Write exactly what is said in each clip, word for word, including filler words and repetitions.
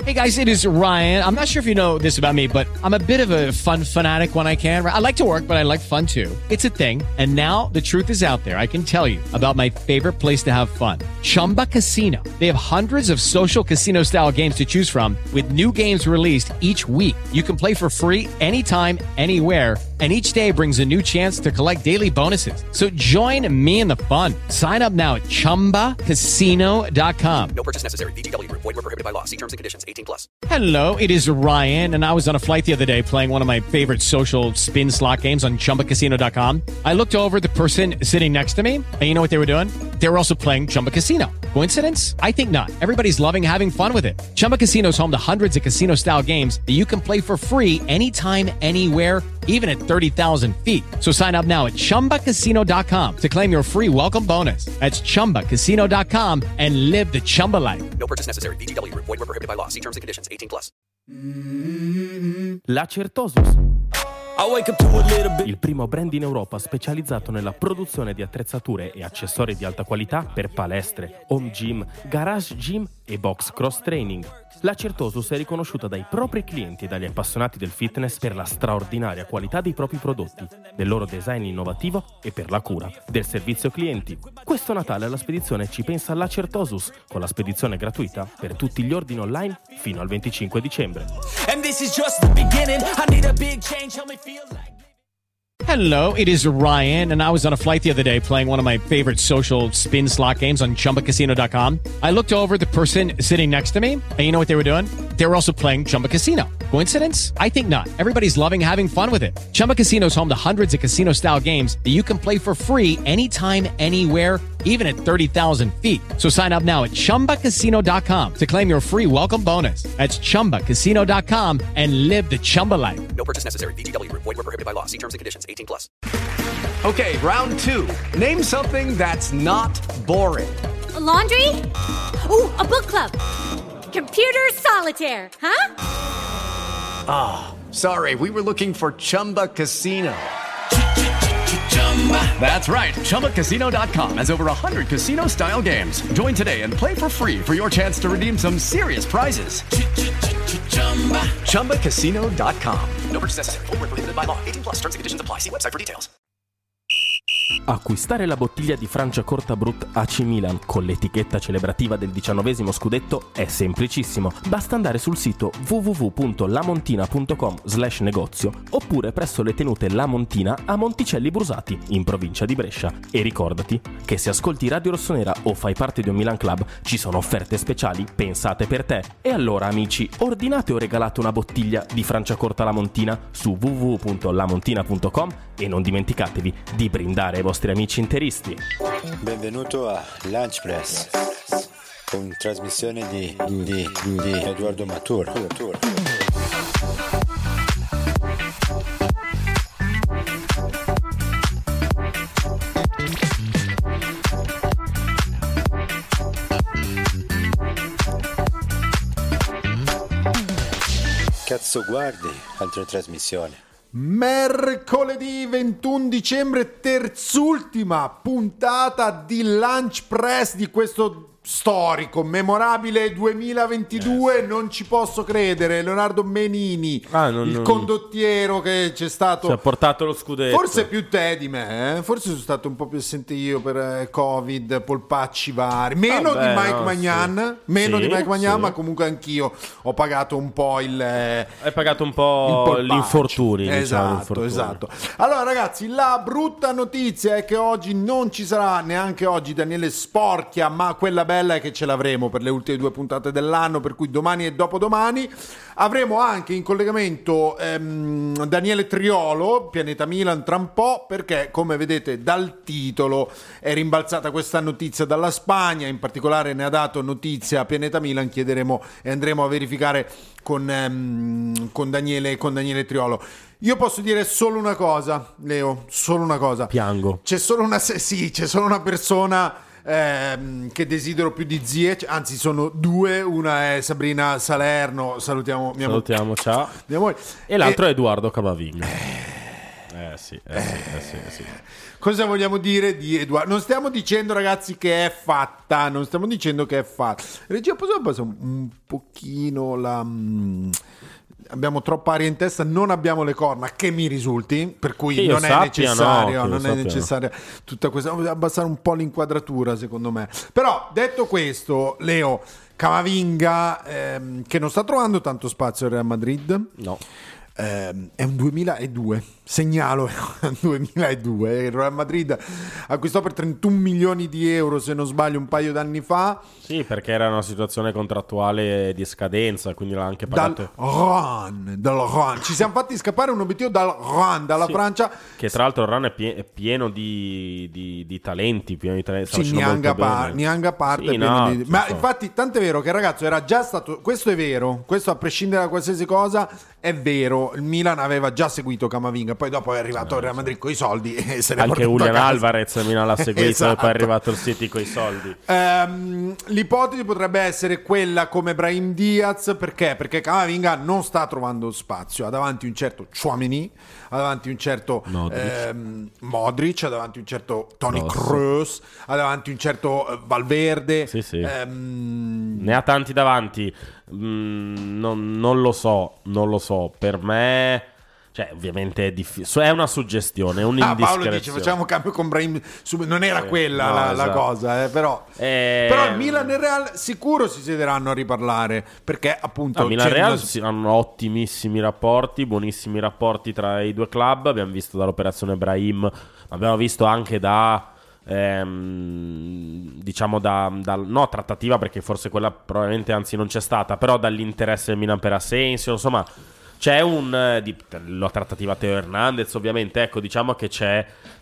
Hey guys, it is Ryan. I'm not sure if you know this about me, but I'm a bit of a fun fanatic when I can. I like to work, but I like fun too. It's a thing. And now the truth is out there. I can tell you about my favorite place to have fun. Chumba Casino. They have hundreds of social casino style games to choose from with new games released each week. You can play for free anytime, anywhere. And each day brings a new chance to collect daily bonuses. So join me in the fun. Sign up now at chumba casino dot com. No purchase necessary. V G W Group. Void where prohibited by law. See terms and conditions. eighteen plus. Hello, it is Ryan, and I was on a flight the other day playing one of my favorite social spin slot games on chumba casino dot com. I looked over at the person sitting next to me, and you know what they were doing? They were also playing Chumba Casino. Coincidence? I think not. Everybody's loving having fun with it. Chumba Casino is home to hundreds of casino-style games that you can play for free anytime, anywhere, even at thirty thousand feet. So sign up now at chumba casino dot com to claim your free welcome bonus. That's chumba casino dot com and live the Chumba life. No purchase necessary. V G W Group. Void where prohibited by law. See terms and conditions. eighteen plus. La Certosus, il primo brand in Europa specializzato nella produzione di attrezzature e accessori di alta qualità per palestre, home gym, garage gym e box cross training. La Certosus è riconosciuta dai propri clienti e dagli appassionati del fitness per la straordinaria qualità dei propri prodotti, del loro design innovativo e per la cura del servizio clienti. Questo Natale la spedizione ci pensa alla Certosus, con la spedizione gratuita per tutti gli ordini online fino al venticinque dicembre. And this is just the beginning. I need a big change. Help me feel like. Hello, it is Ryan, and I was on a flight the other day playing one of my favorite social spin slot games on chumba casino dot com. I looked over at the person sitting next to me, and you know what they were doing? They were also playing Chumba Casino. Coincidence? I think not. Everybody's loving having fun with it. Chumba Casino is home to hundreds of casino-style games that you can play for free anytime, anywhere, even at thirty thousand feet. So sign up now at chumba casino dot com to claim your free welcome bonus. That's chumba casino dot com and live the Chumba life. No purchase necessary. V G W Group. Void where prohibited by law. See terms and conditions. eighteen plus. Okay, round two. Name something that's not boring. A laundry? Ooh, a book club. Computer solitaire, huh? Ah, oh, sorry. We were looking for Chumba Casino. That's right. Chumba Casino dot com has over one hundred casino-style games. Join today and play for free for your chance to redeem some serious prizes. Chumba Casino dot com. No purchase necessary. Void where prohibited by law. eighteen plus. Terms and conditions apply. See website for details. Acquistare la bottiglia di Franciacorta-Brut A C Milan con l'etichetta celebrativa del diciannovesimo scudetto è semplicissimo. Basta andare sul sito w w w punto lamontina punto com slash negozio oppure presso le tenute La Montina a Monticelli Brusati, in provincia di Brescia. E ricordati che se ascolti Radio Rossonera o fai parte di un Milan Club ci sono offerte speciali pensate per te. E allora amici, ordinate o regalate una bottiglia di Franciacorta La Montina su w w w punto lamontina punto com e non dimenticatevi di brindare ai vostri amici interisti. Benvenuto a Lunch Press, con trasmissione di, di, di Edoardo Matur. Cazzo guardi altre trasmissioni? Mercoledì ventuno dicembre, terzultima puntata di Lunch Press di questo storico, memorabile duemilaventidue. Yes. Non ci posso credere. Leonardo Menini, ah, non, il non... condottiero che c'è stato, ci ha portato lo scudetto. Forse più te di me, eh? Forse sono stato un po' più assente io per eh, Covid, polpacci vari. Meno Vabbè, di Mike no, Magnan, sì. meno sì, di Mike Magnan, sì. Ma comunque anch'io ho pagato un po' il. Eh, Hai pagato un po' gli infortuni. Esatto, diciamo, infortuni. esatto. Allora, ragazzi, la brutta notizia è che oggi non ci sarà neanche oggi Daniele Sporchia, ma quella bella è che ce l'avremo per le ultime due puntate dell'anno, per cui domani e dopodomani avremo anche in collegamento ehm, Daniele Triolo, Pianeta Milan tra un po', perché come vedete dal titolo è rimbalzata questa notizia dalla Spagna, in particolare ne ha dato notizia a Pianeta Milan. Chiederemo e andremo a verificare con, ehm, con, Daniele, con Daniele Triolo. Io posso dire solo una cosa, Leo, solo una cosa. Piango. C'è solo una, sì, c'è solo una persona Ehm, che desidero più di zie, anzi sono due, una è Sabrina Salerno, salutiamo mia salutiamo mo- ciao mia moglie. E l'altro e... è Edoardo Cavaviglia. eh... Eh sì, eh sì, eh sì, eh sì. Cosa vogliamo dire di Edoardo? Non stiamo dicendo, ragazzi, che è fatta, non stiamo dicendo che è fatta. Regia, possiamo passare un pochino la... Abbiamo troppa aria in testa, non abbiamo le corna, che mi risulti, per cui non è sappia, necessario, no, non è necessaria tutta questa, abbassare un po' l'inquadratura, secondo me. Però, detto questo, Leo, Camavinga, ehm, che non sta trovando tanto spazio al Real Madrid. No. Ehm, è un duemiladue, segnalo, è un duemiladue. Il Real Madrid acquistò per trentuno milioni di euro, se non sbaglio, un paio d'anni fa. Sì, perché era una situazione contrattuale di scadenza, quindi l'ha anche pagato. Dal Rouen, dal Rouen. Ci siamo fatti scappare un obiettivo dal Rouen, dalla sì, Francia. Che tra l'altro il Rouen è, pie- è pieno di, di, di talenti, pieno di talenti. Sì, Nianga par- Nianga parte. Sì, no, di... Ma so. infatti, tant'è vero che il ragazzo era già stato. Questo è vero, questo a prescindere da qualsiasi cosa, è vero. Il Milan aveva già seguito Camavinga, poi dopo è arrivato il Real Madrid con i soldi e se ne anche Julian Alvarez Milan l'ha seguito esatto. E poi è arrivato il City con i soldi. Um, l'ipotesi potrebbe essere quella come Brahim Diaz, perché? Perché Camavinga non sta trovando spazio, ha davanti un certo Tchouaméni, ha davanti un certo Modric, ehm, Modric ha davanti un certo Toni Kroos, ha davanti un certo eh, Valverde. Sì, sì. Ehm... Ne ha tanti davanti. Mm, non, non lo so, non lo so. Per me, cioè, ovviamente è difficile. È una suggestione, è un'indiscrezione. Ah, Paolo dice facciamo cambio con Brahim. Non era sì, quella no, la, esatto. la cosa, eh, però. Eh... Però il Milan e il Real sicuro si siederanno a riparlare, perché appunto no, Milan e Real una... hanno ottimissimi rapporti, buonissimi rapporti tra i due club. Abbiamo visto dall'operazione Brahim, abbiamo visto anche da ehm, diciamo da, da no trattativa, perché forse quella probabilmente anzi non c'è stata, però dall'interesse del Milan per Asensio, insomma. C'è un eh, di, la trattativa Teo Hernandez, ovviamente, ecco, diciamo che c'è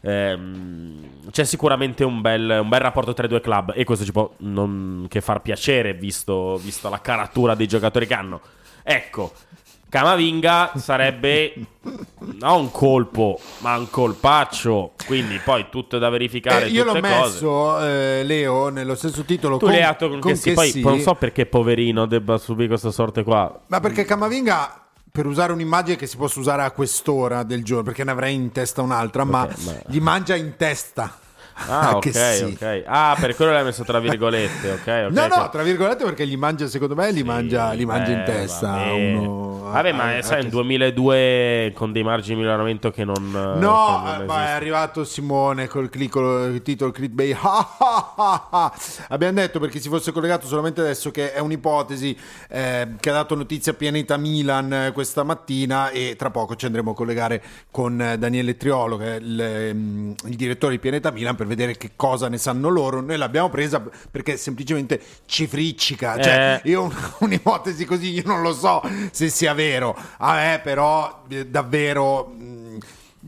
ehm, c'è sicuramente un bel, un bel rapporto tra i due club, e questo ci può non che far piacere, visto, visto la caratura dei giocatori che hanno. Ecco, Camavinga sarebbe non un colpo, ma un colpaccio, quindi poi tutto da verificare. Eh, io tutte l'ho messo, cose. Eh, Leo, nello stesso titolo. Tu con, l'hai dato con, con che sì, che poi sì. non so perché poverino debba subire questa sorte qua. Ma perché Camavinga, per usare un'immagine che si possa usare a quest'ora del giorno, perché ne avrei in testa un'altra, okay, ma, ma gli mangia in testa. Ah, ok, sì. ok. Ah, per quello l'hai messo tra virgolette, ok, okay no, no, che... tra virgolette, perché gli mangia, secondo me, li sì, mangia, li mangia beh, in testa. Vabbè, uno... vabbè ma ah, sai, nel ah, duemiladue con dei margini di miglioramento che non... No, che non eh, ma è arrivato Simone col il titolo clickbait. Abbiamo detto, perché si fosse collegato solamente adesso, che è un'ipotesi eh, che ha dato notizia Pianeta Milan eh, questa mattina, e tra poco ci andremo a collegare con eh, Daniele Triolo, che è il, ehm, il direttore di Pianeta Milan, per vedere che cosa ne sanno loro. Noi l'abbiamo presa perché semplicemente ci friccica, cioè eh. io un'ipotesi così io non lo so se sia vero. A me però eh, davvero mh,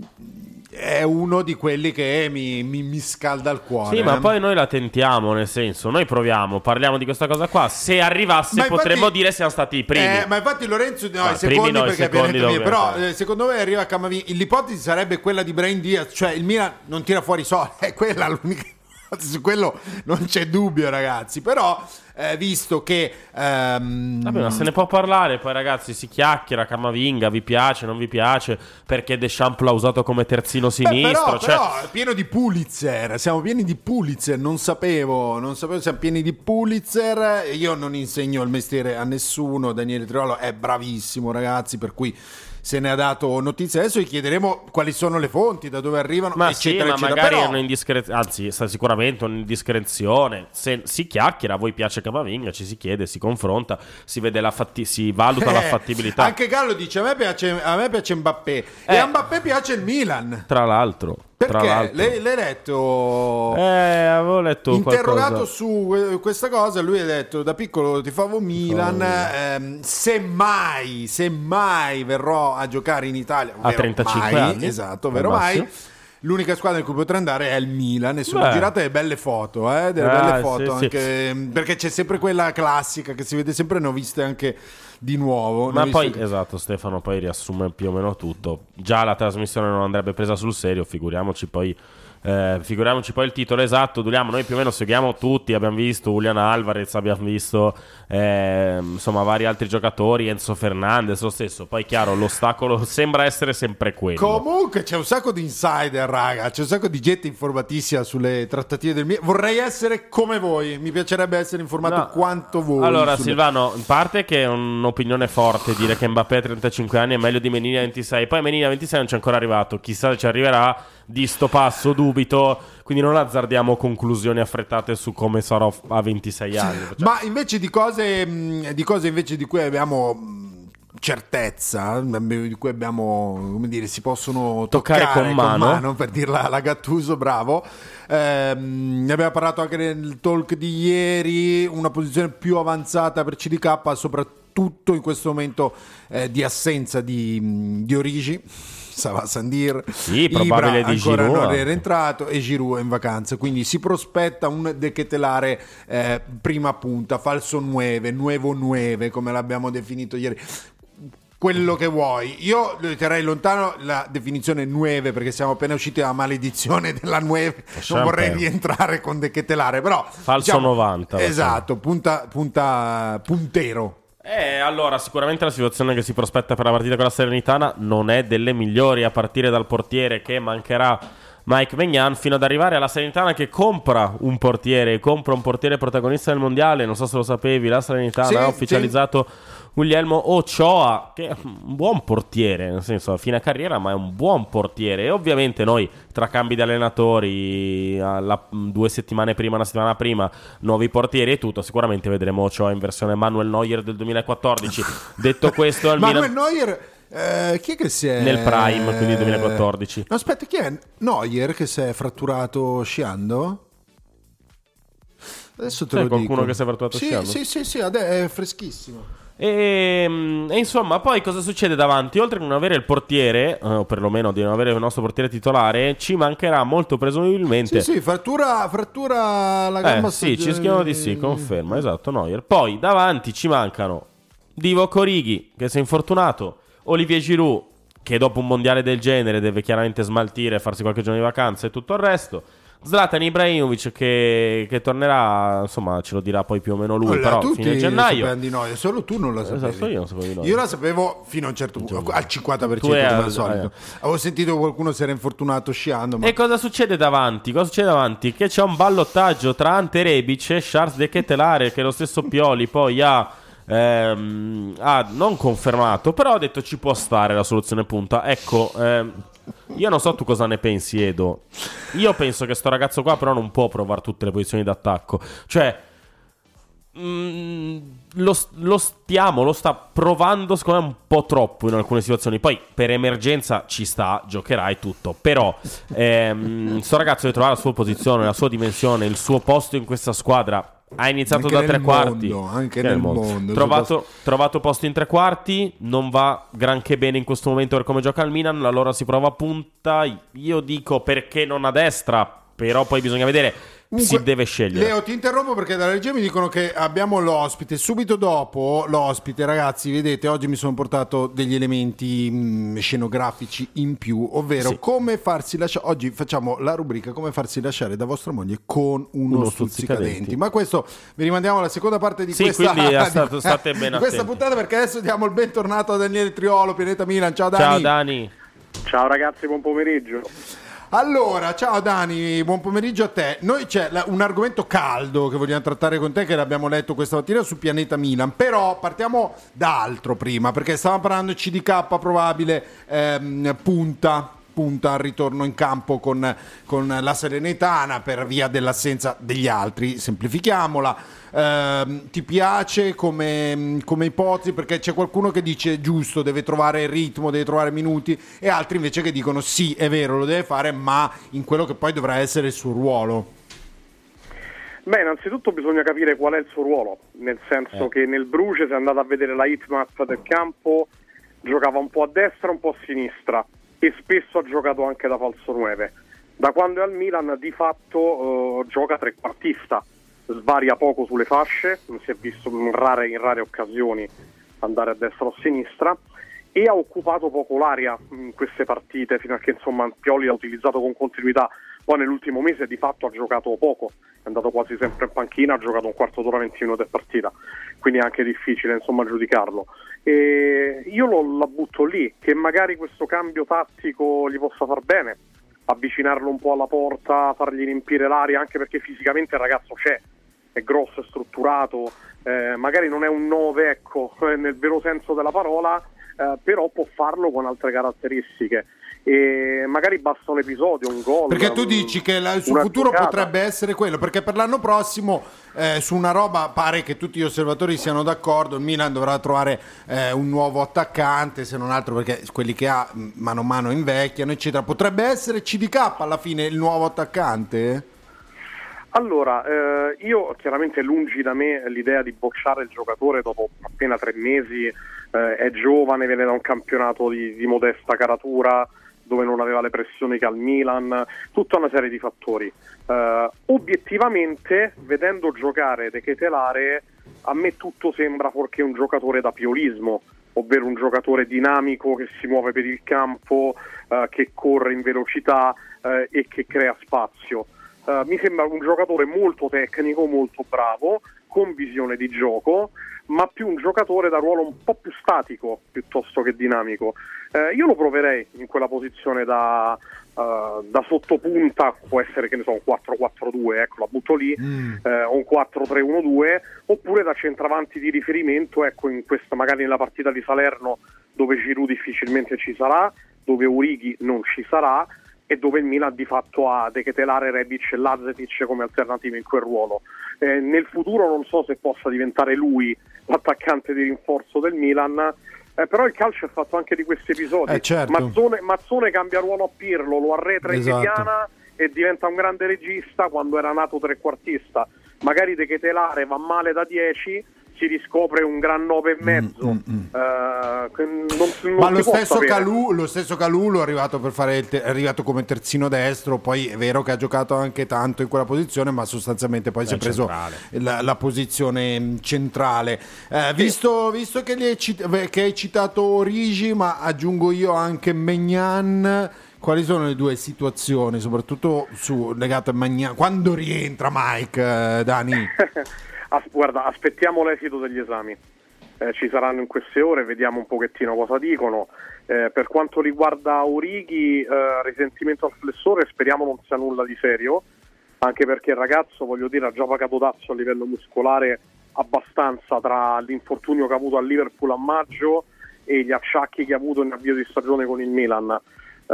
è uno di quelli che mi, mi, mi scalda il cuore. Sì, ma poi noi la tentiamo, nel senso, noi proviamo, parliamo di questa cosa qua, se arrivasse ma potremmo infatti, dire siamo stati i primi. Eh, ma infatti Lorenzo no, no, i secondi no, perché i secondi mia, però eh, secondo me arriva Camavinga. L'ipotesi sarebbe quella di Brahim Diaz, cioè il Milan non tira fuori i soldi, è quella l'unica. Su quello non c'è dubbio, ragazzi. Però eh, visto che ehm... vabbè, ma se ne può parlare. Poi ragazzi, si chiacchiera. Camavinga, vi piace, non vi piace? Perché Deschamps l'ha usato come terzino sinistro. Beh, però, cioè... però è pieno di Pulitzer. Siamo pieni di Pulitzer. Non sapevo, non sapevo siamo pieni di Pulitzer. Io non insegno il mestiere a nessuno. Daniele Triolo è bravissimo, ragazzi, per cui se ne ha dato notizie. Adesso gli chiederemo quali sono le fonti, da dove arrivano, ma eccetera, sì, ma eccetera. magari Però... è un'indiscrezione, anzi sta sicuramente un'indiscrezione. Se si chiacchiera, a voi piace Camavinga, ci si chiede, si confronta, si vede la fatti- si valuta eh, la fattibilità. Anche Gallo dice a me piace, a me piace Mbappé eh, e a Mbappé piace il Milan. Tra l'altro. Perché? Tra l'altro. L'hai, l'hai letto? Eh, avevo letto interrogato qualcosa su questa cosa, lui ha detto da piccolo tifavo Milan, ehm, se mai, se mai verrò a giocare in Italia, a trentacinque mai, anni, esatto, vero mai, l'unica squadra in cui potrà andare è il Milan, e sono Beh. girate delle belle foto, eh, delle ah, belle foto sì, anche, sì. perché c'è sempre quella classica che si vede sempre, ne ho viste anche di nuovo. Ma poi che... esatto, Stefano poi riassume più o meno tutto. Già la trasmissione non andrebbe presa sul serio, figuriamoci poi Eh, figuriamoci poi il titolo esatto. Duliamo, noi più o meno seguiamo tutti, abbiamo visto Julian Alvarez, abbiamo visto eh, insomma vari altri giocatori, Enzo Fernandez lo stesso. Poi chiaro, l'ostacolo sembra essere sempre quello. Comunque c'è un sacco di insider, raga, c'è un sacco di gente informatissima sulle trattative del mio. Vorrei essere come voi, mi piacerebbe essere informato No. quanto voi. Allora sulle... Silvano, in parte che è un'opinione forte dire che Mbappé a trentacinque anni è meglio di Menini a ventisei. Poi Menini a ventisei non c'è ancora arrivato, chissà se ci arriverà. Di sto passo dubito, quindi non azzardiamo conclusioni affrettate su come sarò a ventisei anni. Ma invece di cose mh, di cose invece di cui abbiamo mh, certezza, di cui abbiamo, come dire, si possono toccare, toccare con, mano. con mano, per dirla la Gattuso, bravo. Ehm, ne abbiamo parlato anche nel talk di ieri, una posizione più avanzata per C D K, soprattutto in questo momento eh, di assenza di, di Origi. Sava Sandir, sì, probabile Ibra di ancora Giroud non era entrato e Giroud è in vacanza, quindi si prospetta un De Ketelare eh, prima punta, falso nueve, nuevo nueve come l'abbiamo definito ieri, quello che vuoi. Io terrei lontano la definizione nueve perché siamo appena usciti dalla maledizione della nueve, non vorrei rientrare con De Ketelare, però falso diciamo, novanta esatto, punta, punta, puntero. Eh, allora, sicuramente la situazione che si prospetta per la partita con la Salernitana non è delle migliori, a partire dal portiere che mancherà Mike Maignan, fino ad arrivare alla Salernitana che compra un portiere, compra un portiere protagonista del mondiale. Non so se lo sapevi, la Salernitana sì, ha ufficializzato sì. Guglielmo Ochoa, che è un buon portiere, nel senso a fine carriera, ma è un buon portiere. E ovviamente noi, tra cambi di allenatori, alla, due settimane prima, una settimana prima, nuovi portieri e tutto, sicuramente vedremo Ochoa in versione Manuel Neuer del duemilaquattordici. Detto questo, al Manuel Milan... Neuer... Eh, chi è che si è nel prime, quindi duemilaquattordici. No, aspetta, chi è Neuer che si è fratturato sciando? Adesso te C'è lo qualcuno dico. che si è fratturato sì, sciando? Sì, sì, sì, adesso è freschissimo. E, e insomma, poi cosa succede davanti? Oltre a non avere il portiere, o perlomeno di non avere il nostro portiere titolare, ci mancherà molto presumibilmente. Sì, sì, frattura, frattura la gamba. Eh, sì, ci scrivono di sì, conferma, esatto, Neuer. Poi davanti ci mancano Divock Origi, che si è infortunato, Olivier Giroud, che dopo un mondiale del genere deve chiaramente smaltire, farsi qualche giorno di vacanza e tutto il resto. Zlatan Ibrahimovic che, che tornerà, insomma ce lo dirà poi più o meno lui, allora, però fine gennaio. Di noi, solo tu non la sapevi. Esatto, io non sapevo di noi. Io la sapevo fino a un certo punto, al cinquanta per cento Tu come è- al solito. eh. Avevo sentito che qualcuno si era infortunato sciando, ma E cosa succede davanti? Cosa succede davanti? Che c'è un ballottaggio tra Ante Rebic e Charles De Ketelare, che lo stesso Pioli poi ha, ehm, ha non confermato, però ha detto ci può stare la soluzione punta. Ecco, ehm, io non so tu cosa ne pensi, Edo. Io penso che sto ragazzo qua però non può provare tutte le posizioni d'attacco. Cioè mm, lo, lo stiamo, lo sta provando secondo me un po' troppo in alcune situazioni. Poi per emergenza ci sta, giocherà e tutto. Però ehm, sto ragazzo deve trovare la sua posizione, la sua dimensione, il suo posto in questa squadra. Ha iniziato Anche da nel tre quarti, mondo, anche Che nel mondo. mondo. Trovato, trovato posto in tre quarti, non va granché bene in questo momento per come gioca il Milan. Allora si prova a punta. Io dico perché non a destra, però poi bisogna vedere. Comunque, si deve scegliere. Leo, ti interrompo perché dalla regia mi dicono che abbiamo l'ospite. Subito dopo l'ospite, ragazzi, vedete, oggi mi sono portato degli elementi mh, scenografici in più, ovvero Sì. come farsi lasciare. Oggi facciamo la rubrica come farsi lasciare da vostra moglie con uno, Uno stuzzicadenti. stuzzicadenti. Ma questo vi rimandiamo alla seconda parte di Sì, questa quindi di- state- state ben di questa attenti. puntata, perché adesso diamo il bentornato a Daniele Triolo, Pianeta Milan. Ciao Dani. Ciao Dani. Ciao ragazzi, buon pomeriggio. Allora, ciao Dani, buon pomeriggio a te. Noi c'è la- un argomento caldo che vogliamo trattare con te, che l'abbiamo letto questa mattina su Pianeta Milan, però partiamo da altro prima, perché stavamo parlando di C D K probabile ehm, punta punta al ritorno in campo con, con la Salernitana per via dell'assenza degli altri, semplifichiamola. Ehm, ti piace come, come ipotesi? Perché c'è qualcuno che dice giusto, deve trovare il ritmo, deve trovare minuti, e altri invece che dicono sì, è vero, lo deve fare, ma in quello che poi dovrà essere il suo ruolo. Beh, innanzitutto bisogna capire qual è il suo ruolo, nel senso Eh. che nel Bruce, se andate a vedere la hitmap del campo, giocava un po' a destra, un po' a sinistra, e spesso ha giocato anche da falso nove. Da quando è al Milan di fatto eh, gioca trequartista, svaria poco sulle fasce, non si è visto in rare, in rare occasioni andare a destra o a sinistra, e ha occupato poco l'area in queste partite, fino a che insomma Pioli l'ha utilizzato con continuità Poi nell'ultimo mese di fatto ha giocato poco, è andato quasi sempre in panchina, ha giocato un quarto d'ora, venti minuti a partita, quindi è anche difficile insomma giudicarlo. E io lo, la butto lì, che magari questo cambio tattico gli possa far bene, avvicinarlo un po' alla porta, fargli riempire l'aria, anche perché fisicamente il ragazzo c'è, è grosso, è strutturato, eh, magari non è un nove, ecco, nel vero senso della parola, eh, però può farlo con altre caratteristiche. E magari basta un episodio, un gol. Perché tu dici che la, il suo futuro giocata. potrebbe essere quello, perché per l'anno prossimo eh, su una roba pare che tutti gli osservatori siano d'accordo, il Milan dovrà trovare eh, un nuovo attaccante, se non altro perché quelli che ha mano a mano invecchiano, eccetera. Potrebbe essere C D K alla fine il nuovo attaccante? Allora, eh, io chiaramente lungi da me l'idea di bocciare il giocatore dopo appena tre mesi, eh, è giovane, viene da un campionato di, di modesta caratura, dove non aveva le pressioni che al Milan, tutta una serie di fattori. Uh, obiettivamente, vedendo giocare De Ketelaere, a me tutto sembra fuorché un giocatore da piolismo, ovvero un giocatore dinamico che si muove per il campo, uh, che corre in velocità uh, e che crea spazio. Uh, mi sembra un giocatore molto tecnico, molto bravo, con visione di gioco, ma più un giocatore da ruolo un po' più statico piuttosto che dinamico. Eh, io lo proverei in quella posizione da, uh, da sottopunta, può essere che ne so un quattro quattro due, ecco, la butto lì, mm. eh, o un quattro tre uno due, oppure da centravanti di riferimento, ecco, in questa magari nella partita di Salerno dove Giroud difficilmente ci sarà, dove Origi non ci sarà e dove il Milan di fatto ha De Ketelaere, Rebic e Lazetic come alternative in quel ruolo. Eh, nel futuro non so se possa diventare lui l'attaccante di rinforzo del Milan, eh, però il calcio è fatto anche di questi episodi. Eh, certo. Mazzone, Mazzone cambia ruolo a Pirlo, lo arretra in Esatto. mediana e diventa un grande regista quando era nato trequartista. Magari De Ketelaere va male da dieci, si riscopre un gran nove e mezzo. Mm, mm, mm. Uh, non, non Ma lo stesso, Kalou, lo stesso Kalou è arrivato per fare è arrivato come terzino destro, poi è vero che ha giocato anche tanto in quella posizione, ma sostanzialmente poi è si è preso la, la posizione centrale. Eh, visto, visto che, hai cit- che hai citato Origi, ma aggiungo io anche Maignan, quali sono le due situazioni, soprattutto su, legate a Maignan? Quando rientra Mike, eh, Dani? As- guarda, aspettiamo l'esito degli esami, eh, ci saranno in queste ore, vediamo un pochettino cosa dicono. Eh, per quanto riguarda Origi, eh, risentimento al flessore, speriamo non sia nulla di serio, anche perché il ragazzo, voglio dire, ha già pagato dazio a livello muscolare abbastanza tra l'infortunio che ha avuto a Liverpool a maggio e gli acciacchi che ha avuto in avvio di stagione con il Milan. Eh,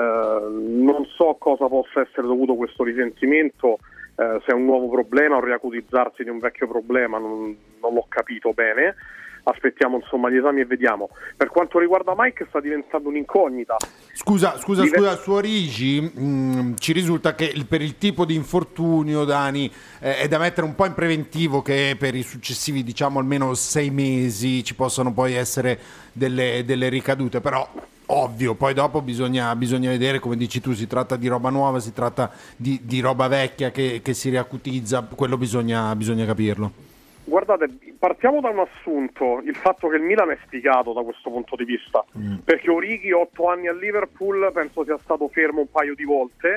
non so cosa possa essere dovuto questo risentimento, eh, se è un nuovo problema o riacutizzarsi di un vecchio problema, non, non l'ho capito bene. Aspettiamo insomma gli esami e vediamo. Per quanto riguarda Mike, sta diventando un'incognita. Scusa, scusa, Dive- scusa, su Origi mh, ci risulta che il, per il tipo di infortunio, Dani, eh, è da mettere un po' in preventivo che per i successivi, diciamo, almeno sei mesi ci possano poi essere delle, delle ricadute, però ovvio, poi dopo bisogna, bisogna vedere, come dici tu, si tratta di roba nuova, si tratta di, di roba vecchia che, che si riacutizza, quello bisogna, bisogna capirlo. Guardate, partiamo da un assunto, il fatto che il Milan è sfigato da questo punto di vista, mm. perché Origi otto anni a Liverpool penso sia stato fermo un paio di volte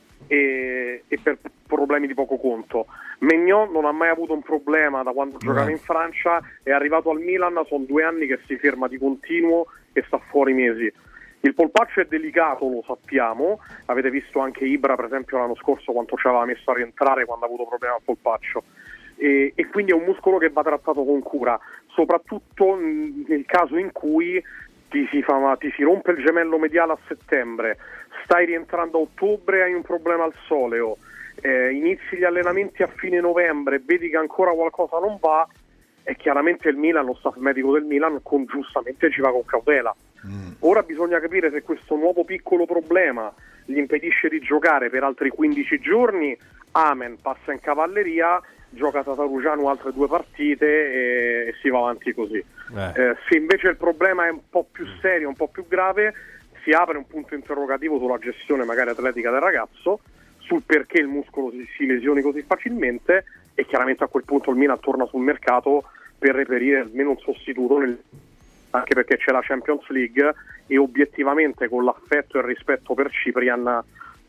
e, e per problemi di poco conto. Maignan non ha mai avuto un problema da quando mm. giocava in Francia, è arrivato al Milan, sono due anni che si ferma di continuo e sta fuori mesi. Il polpaccio è delicato, lo sappiamo, avete visto anche Ibra per esempio l'anno scorso quanto ci aveva messo a rientrare quando ha avuto problemi al polpaccio. E, e quindi è un muscolo che va trattato con cura, soprattutto nel caso in cui ti si, fa, ti si rompe il gemello mediale a settembre, stai rientrando a ottobre e hai un problema al soleo, eh, inizi gli allenamenti a fine novembre e vedi che ancora qualcosa non va, e chiaramente il Milan, lo staff medico del Milan con, giustamente ci va con cautela. Mm. Ora bisogna capire se questo nuovo piccolo problema gli impedisce di giocare per altri quindici giorni, amen, passa in cavalleria, gioca a Tatarugiano altre due partite e, e si va avanti così. Eh. Eh, se invece il problema è un po' più serio, un po' più grave, si apre un punto interrogativo sulla gestione magari atletica del ragazzo, sul perché il muscolo si, si lesioni così facilmente, e chiaramente a quel punto il Milan torna sul mercato per reperire almeno un sostituto, nel, anche perché c'è la Champions League e obiettivamente con l'affetto e il rispetto per Ciprian,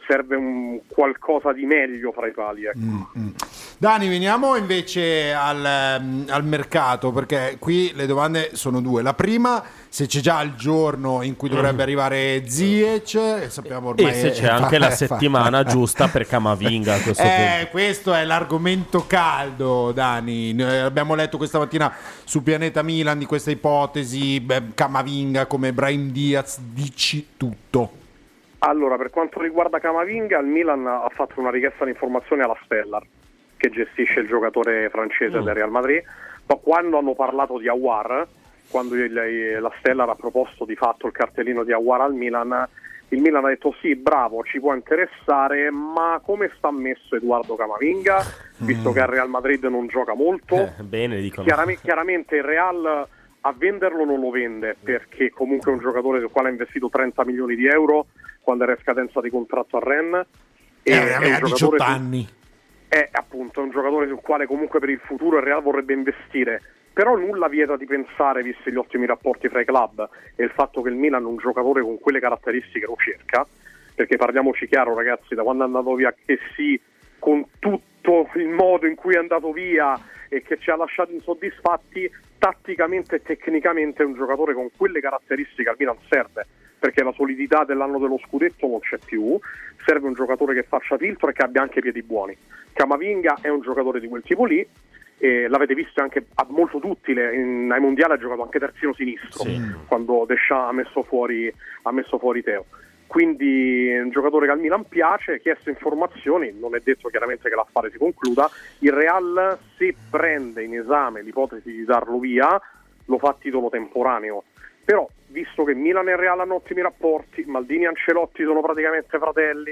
serve un qualcosa di meglio fra i pali, ecco. Mm-hmm. Dani, veniamo invece al, al mercato, perché qui le domande sono due. La prima, se c'è già il giorno in cui dovrebbe arrivare Ziyech, sappiamo ormai, e se c'è è, anche è, la è, settimana è, giusta per Camavinga a questo eh, punto. Questo è l'argomento caldo, Dani. Noi abbiamo letto questa mattina su Pianeta Milan di questa ipotesi, beh, Camavinga come Brahim Diaz, dici tutto. Allora, per quanto riguarda Camavinga, il Milan ha fatto una richiesta di informazione alla Stellar, che gestisce il giocatore francese mm. del Real Madrid. Ma quando hanno parlato di Aouar, quando il, la Stellar ha proposto di fatto il cartellino di Aouar al Milan, il Milan ha detto sì, bravo, ci può interessare, ma come sta messo Edoardo Camavinga, visto mm. che al Real Madrid non gioca molto? Eh, bene, dicono. Chiaramente, chiaramente il Real a venderlo non lo vende, perché comunque è un giocatore sul quale ha investito trenta milioni di euro quando era in scadenza di contratto a Rennes. E eh, è un diciotto anni. È appunto un giocatore sul quale comunque per il futuro il Real vorrebbe investire, però nulla vieta di pensare, visti gli ottimi rapporti fra i club e il fatto che il Milan un giocatore con quelle caratteristiche lo cerca, perché parliamoci chiaro ragazzi, da quando è andato via che sì, con tutto il modo in cui è andato via e che ci ha lasciato insoddisfatti, tatticamente e tecnicamente è un giocatore con quelle caratteristiche al Milan serve, perché la solidità dell'anno dello scudetto non c'è più, serve un giocatore che faccia filtro e che abbia anche piedi buoni. Camavinga è un giocatore di quel tipo lì, e l'avete visto anche molto duttile, in, ai mondiali ha giocato anche terzino sinistro, sì. quando Deschamps ha messo fuori, ha messo fuori Teo. Quindi è un giocatore che al Milan piace, chiesto informazioni, non è detto chiaramente che l'affare si concluda. Il Real, se prende in esame l'ipotesi di darlo via, lo fa a titolo temporaneo, però visto che Milan e Real hanno ottimi rapporti, Maldini e Ancelotti sono praticamente fratelli,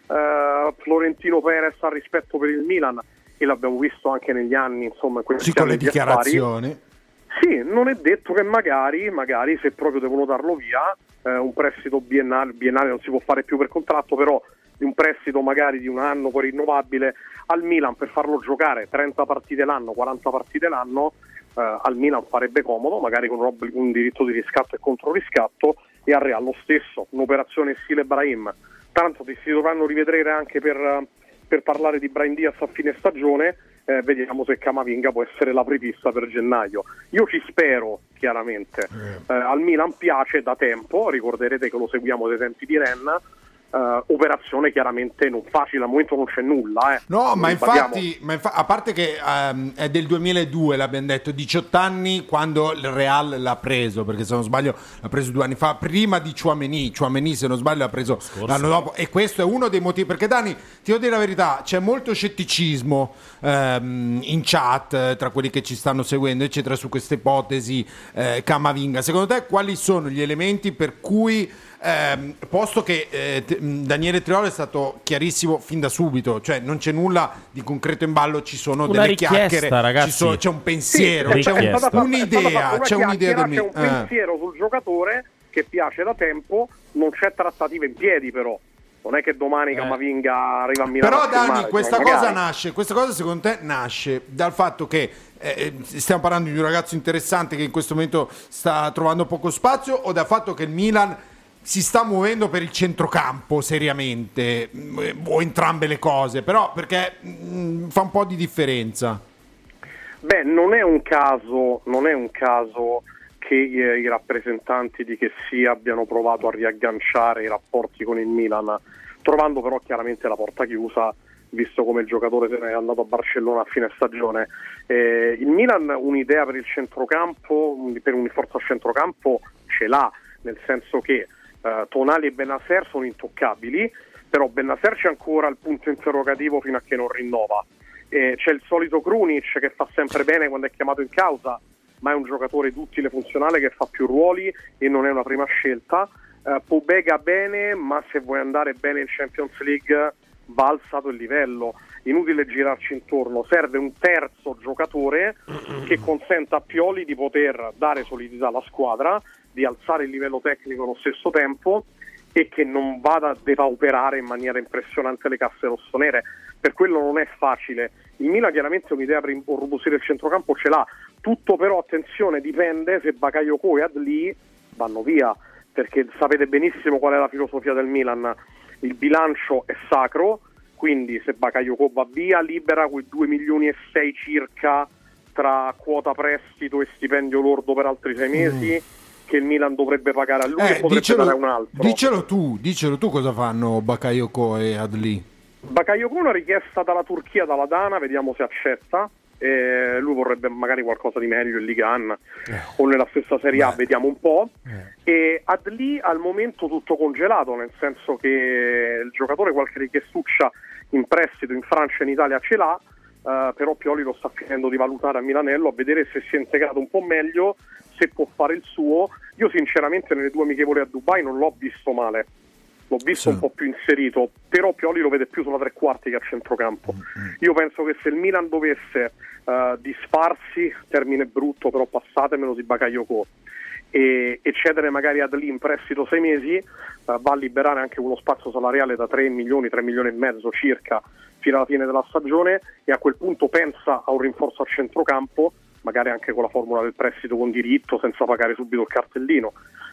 eh, Florentino Perez ha rispetto per il Milan e l'abbiamo visto anche negli anni, insomma, in questi sì, con anni le dichiarazioni. Affari, sì, non è detto che magari, magari se proprio devono darlo via, eh, un prestito biennale, biennale non si può fare più per contratto, però un prestito magari di un anno poi rinnovabile al Milan per farlo giocare trenta partite l'anno, quaranta partite l'anno, eh, al Milan farebbe comodo, magari con un, un diritto di riscatto e controriscatto, e al Real lo stesso, un'operazione stile Brahim. Tanto ti si dovranno rivedere anche per, per parlare di Brahim Diaz a fine stagione. Eh, vediamo se Camavinga può essere la prevista per gennaio. Io ci spero, chiaramente. Eh, al Milan piace da tempo, ricorderete che lo seguiamo dai tempi di Rennes. Uh, operazione chiaramente non facile, al momento non c'è nulla, eh. No, ma infatti, ma infa- a parte che um, è del duemiladue, l'abbiamo detto, diciotto anni quando il Real l'ha preso, perché se non sbaglio l'ha preso due anni fa, prima di Tchouaméni. Tchouaméni, se non sbaglio, l'ha preso Scorso. l'anno dopo, e questo è uno dei motivi, perché Dani, ti devo dire la verità, c'è molto scetticismo um, in chat tra quelli che ci stanno seguendo eccetera su questa ipotesi eh, Camavinga. Secondo te quali sono gli elementi per cui Eh, posto che eh, t- Daniele Triolo è stato chiarissimo fin da subito, cioè non c'è nulla di concreto in ballo, ci sono una delle chiacchiere, ragazzi. Ci sono, c'è un pensiero, sì, c'è un, fatta, un'idea, una c'è un'idea del c'è un eh. pensiero sul giocatore che piace da tempo, non c'è trattativa in piedi, però non è che domani Camavinga arriva a Milano. Però a Dani, firmare, questa cioè, cosa magari. nasce, questa cosa secondo te nasce dal fatto che eh, stiamo parlando di un ragazzo interessante che in questo momento sta trovando poco spazio, o dal fatto che il Milan si sta muovendo per il centrocampo seriamente, o entrambe le cose, però perché mh, fa un po' di differenza? Beh, non è un caso, non è un caso che i, i rappresentanti di che sia abbiano provato a riagganciare i rapporti con il Milan, trovando però chiaramente la porta chiusa, visto come il giocatore se n'è andato a Barcellona a fine stagione. Eh, il Milan un'idea per il centrocampo, per un rinforzo a centrocampo ce l'ha, nel senso che Uh, Tonali e Bennacer sono intoccabili, però Bennacer c'è ancora il punto interrogativo fino a che non rinnova. Eh, c'è il solito Krunic che fa sempre bene quando è chiamato in causa, ma è un giocatore duttile, funzionale, che fa più ruoli e non è una prima scelta. uh, Pobega bene, ma se vuoi andare bene in Champions League va alzato il livello, inutile girarci intorno, serve un terzo giocatore che consenta a Pioli di poter dare solidità alla squadra, di alzare il livello tecnico allo stesso tempo e che non vada a depauperare in maniera impressionante le casse rossonere. Per quello non è facile. Il Milan chiaramente un'idea per robustire il centrocampo ce l'ha, tutto però, attenzione, dipende se Bakayoko e Adli vanno via, perché sapete benissimo qual è la filosofia del Milan. il bilancio è sacro, quindi se Bakayoko va via libera quei due milioni e sei circa tra quota prestito e stipendio lordo per altri sei mesi mm. che il Milan dovrebbe pagare a lui eh, e potrebbe dicelo, dare un altro. Dicelo tu, dicelo tu cosa fanno Bakayoko e Adli. Bakayoko è una richiesta dalla Turchia, dalla Dana, vediamo se accetta. Eh, lui vorrebbe magari qualcosa di meglio in Liga uno eh. o nella stessa Serie A, Beh. vediamo un po'. Eh. E Adli al momento tutto congelato, nel senso che il giocatore qualche richiestuccia in prestito in Francia e in Italia ce l'ha. Uh, però Pioli lo sta finendo di valutare a Milanello, a vedere se si è integrato un po' meglio, se può fare il suo. Io sinceramente nelle due amichevoli a Dubai non l'ho visto male, l'ho visto sì. un po' più inserito, però Pioli lo vede più sulla tre quarti che a centrocampo. Mm-hmm. Io penso che se il Milan dovesse uh, disfarsi, termine brutto però passatemelo, di Bakayoko e, e cedere magari ad lì in prestito sei mesi, uh, va a liberare anche uno spazio salariale da tre milioni, tre milioni e mezzo circa fino alla fine della stagione, e a quel punto pensa a un rinforzo a centrocampo, magari anche con la formula del prestito con diritto, senza pagare subito il cartellino.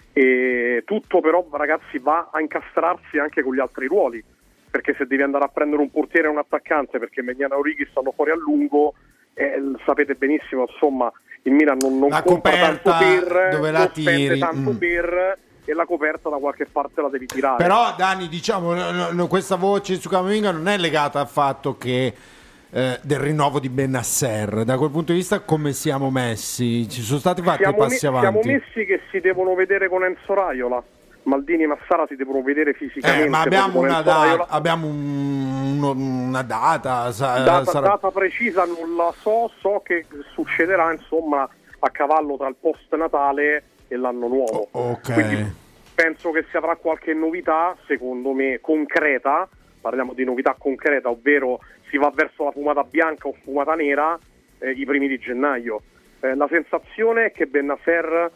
E tutto però, ragazzi, va a incastrarsi anche con gli altri ruoli, perché se devi andare a prendere un portiere e un attaccante perché Maignan e Origi stanno fuori a lungo, eh, sapete benissimo, insomma, il Milan non, non la compra coperta tanto per, dove la non tiri spende tanto mm. per, e la coperta da qualche parte la devi tirare. Però Dani, diciamo, no, no, questa voce su Camavinga non è legata al fatto che eh, del rinnovo di Bennacer. Da quel punto di vista come siamo messi? Ci sono stati fatti siamo passi me- avanti? Siamo messi che si devono vedere con Enzo Raiola. Maldini e Massara si devono vedere fisicamente. Eh, ma abbiamo una, da- abbiamo un, una data, sa- data, sarà... data precisa non la so, so che succederà insomma a cavallo tra il post Natale e l'anno nuovo. Oh, ok. Quindi penso che si avrà qualche novità, secondo me concreta, parliamo di novità concreta, ovvero si va verso la fumata bianca o fumata nera eh, i primi di gennaio. Eh, la sensazione è che Bennacer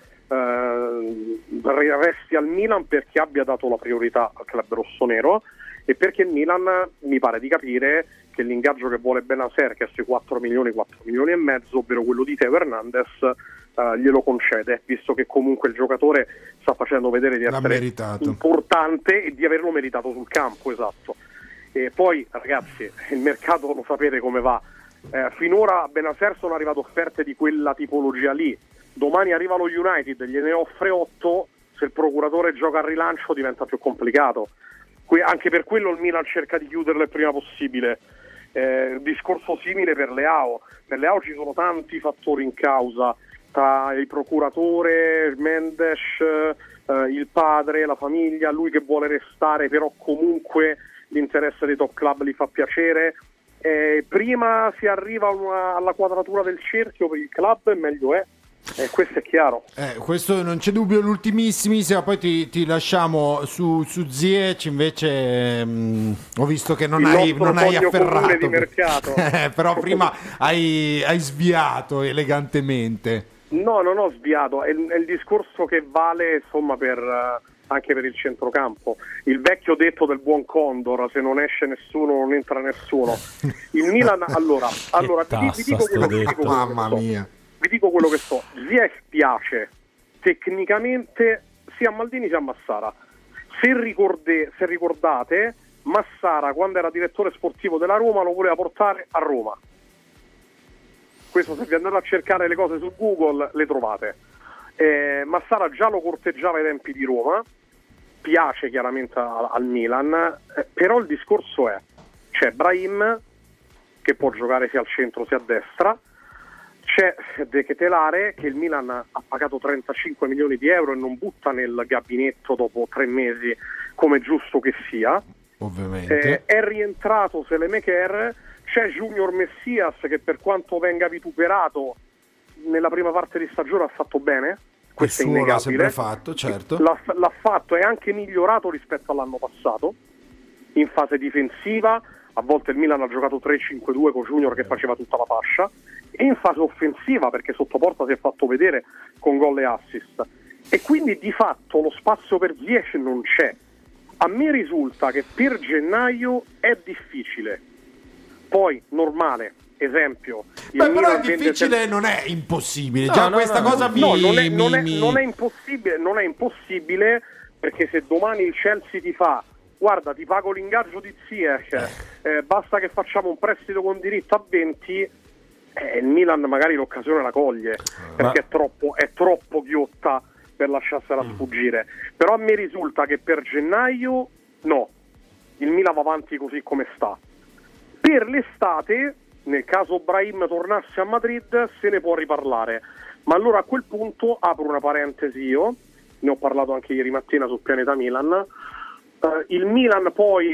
eh, resti al Milan perché abbia dato la priorità al club rossonero e perché il Milan mi pare di capire che l'ingaggio che vuole Bennacer, che è sui quattro milioni, quattro milioni e mezzo, ovvero quello di Teo Hernandez, Uh, glielo concede, visto che comunque il giocatore sta facendo vedere di essere meritato. importante e di averlo meritato sul campo, esatto. E poi ragazzi, il mercato lo sapete come va, eh, finora a Bennacer sono arrivate offerte di quella tipologia lì, domani arriva lo United, gliene offre otto, se il procuratore gioca al rilancio diventa più complicato. Que- anche per quello il Milan cerca di chiuderlo il prima possibile. Eh, discorso simile per Leao, per Leao ci sono tanti fattori in causa, tra il procuratore, Mendes, eh, il padre, la famiglia, lui che vuole restare, però comunque l'interesse dei top club gli fa piacere. Eh, prima si arriva una, alla quadratura del cerchio per il club, meglio è. Eh, questo è chiaro. Eh, questo non c'è dubbio, l'ultimissimissima, poi ti, ti lasciamo su, su Ziyech, invece mh, ho visto che non il hai, non hai afferrato. Di mercato. eh, però prima hai, hai sviato elegantemente. No, non ho sviato, è il, è il discorso che vale insomma per uh, anche per il centrocampo. Il vecchio detto del buon Condor, se non esce nessuno non entra nessuno. Il Milan, allora, allora vi, vi dico quello, vi dico quello Mamma che so. mia. Vi dico quello che so. Ziyech piace tecnicamente sia a Maldini sia a Massara. Se, ricorde, se ricordate, Massara quando era direttore sportivo della Roma lo voleva portare a Roma. Questo, se vi andate a cercare le cose su Google le trovate. eh, Massara già lo corteggiava ai tempi di Roma, piace chiaramente al, al Milan, eh, però il discorso è, c'è Brahim che può giocare sia al centro sia a destra, c'è De Ketelare che il Milan ha pagato trentacinque milioni di euro e non butta nel gabinetto dopo tre mesi come giusto che sia, ovviamente. eh, è rientrato Selemeker, c'è Junior Messias che per quanto venga vituperato nella prima parte di stagione ha fatto bene, questo è innegabile, l'ha sempre fatto, certo. L'ha, l'ha fatto e anche migliorato rispetto all'anno passato in fase difensiva. A volte il Milan ha giocato tre cinque due con Junior che faceva tutta la fascia, e in fase offensiva perché sotto porta si è fatto vedere con gol e assist, e quindi di fatto lo spazio per Ziyech non c'è. A me risulta che per gennaio è difficile. Poi normale, esempio, il Beh, però è Milan difficile, vende... non è impossibile. No, Già no, questa no, cosa no. mi, no, non è, non, è, mi... non è impossibile, non è impossibile, perché se domani il Chelsea ti fa guarda ti pago l'ingaggio di Ziyech, eh, basta che facciamo un prestito con diritto a venti, eh, il Milan magari l'occasione la coglie, perché Ma... è troppo è troppo ghiotta per lasciarsela mm. sfuggire. Però a me risulta che per gennaio no, il Milan va avanti così come sta. Per l'estate, nel caso Brahim tornasse a Madrid, se ne può riparlare, ma allora a quel punto apro una parentesi, io ne ho parlato anche ieri mattina su Pianeta Milan. Uh, il Milan poi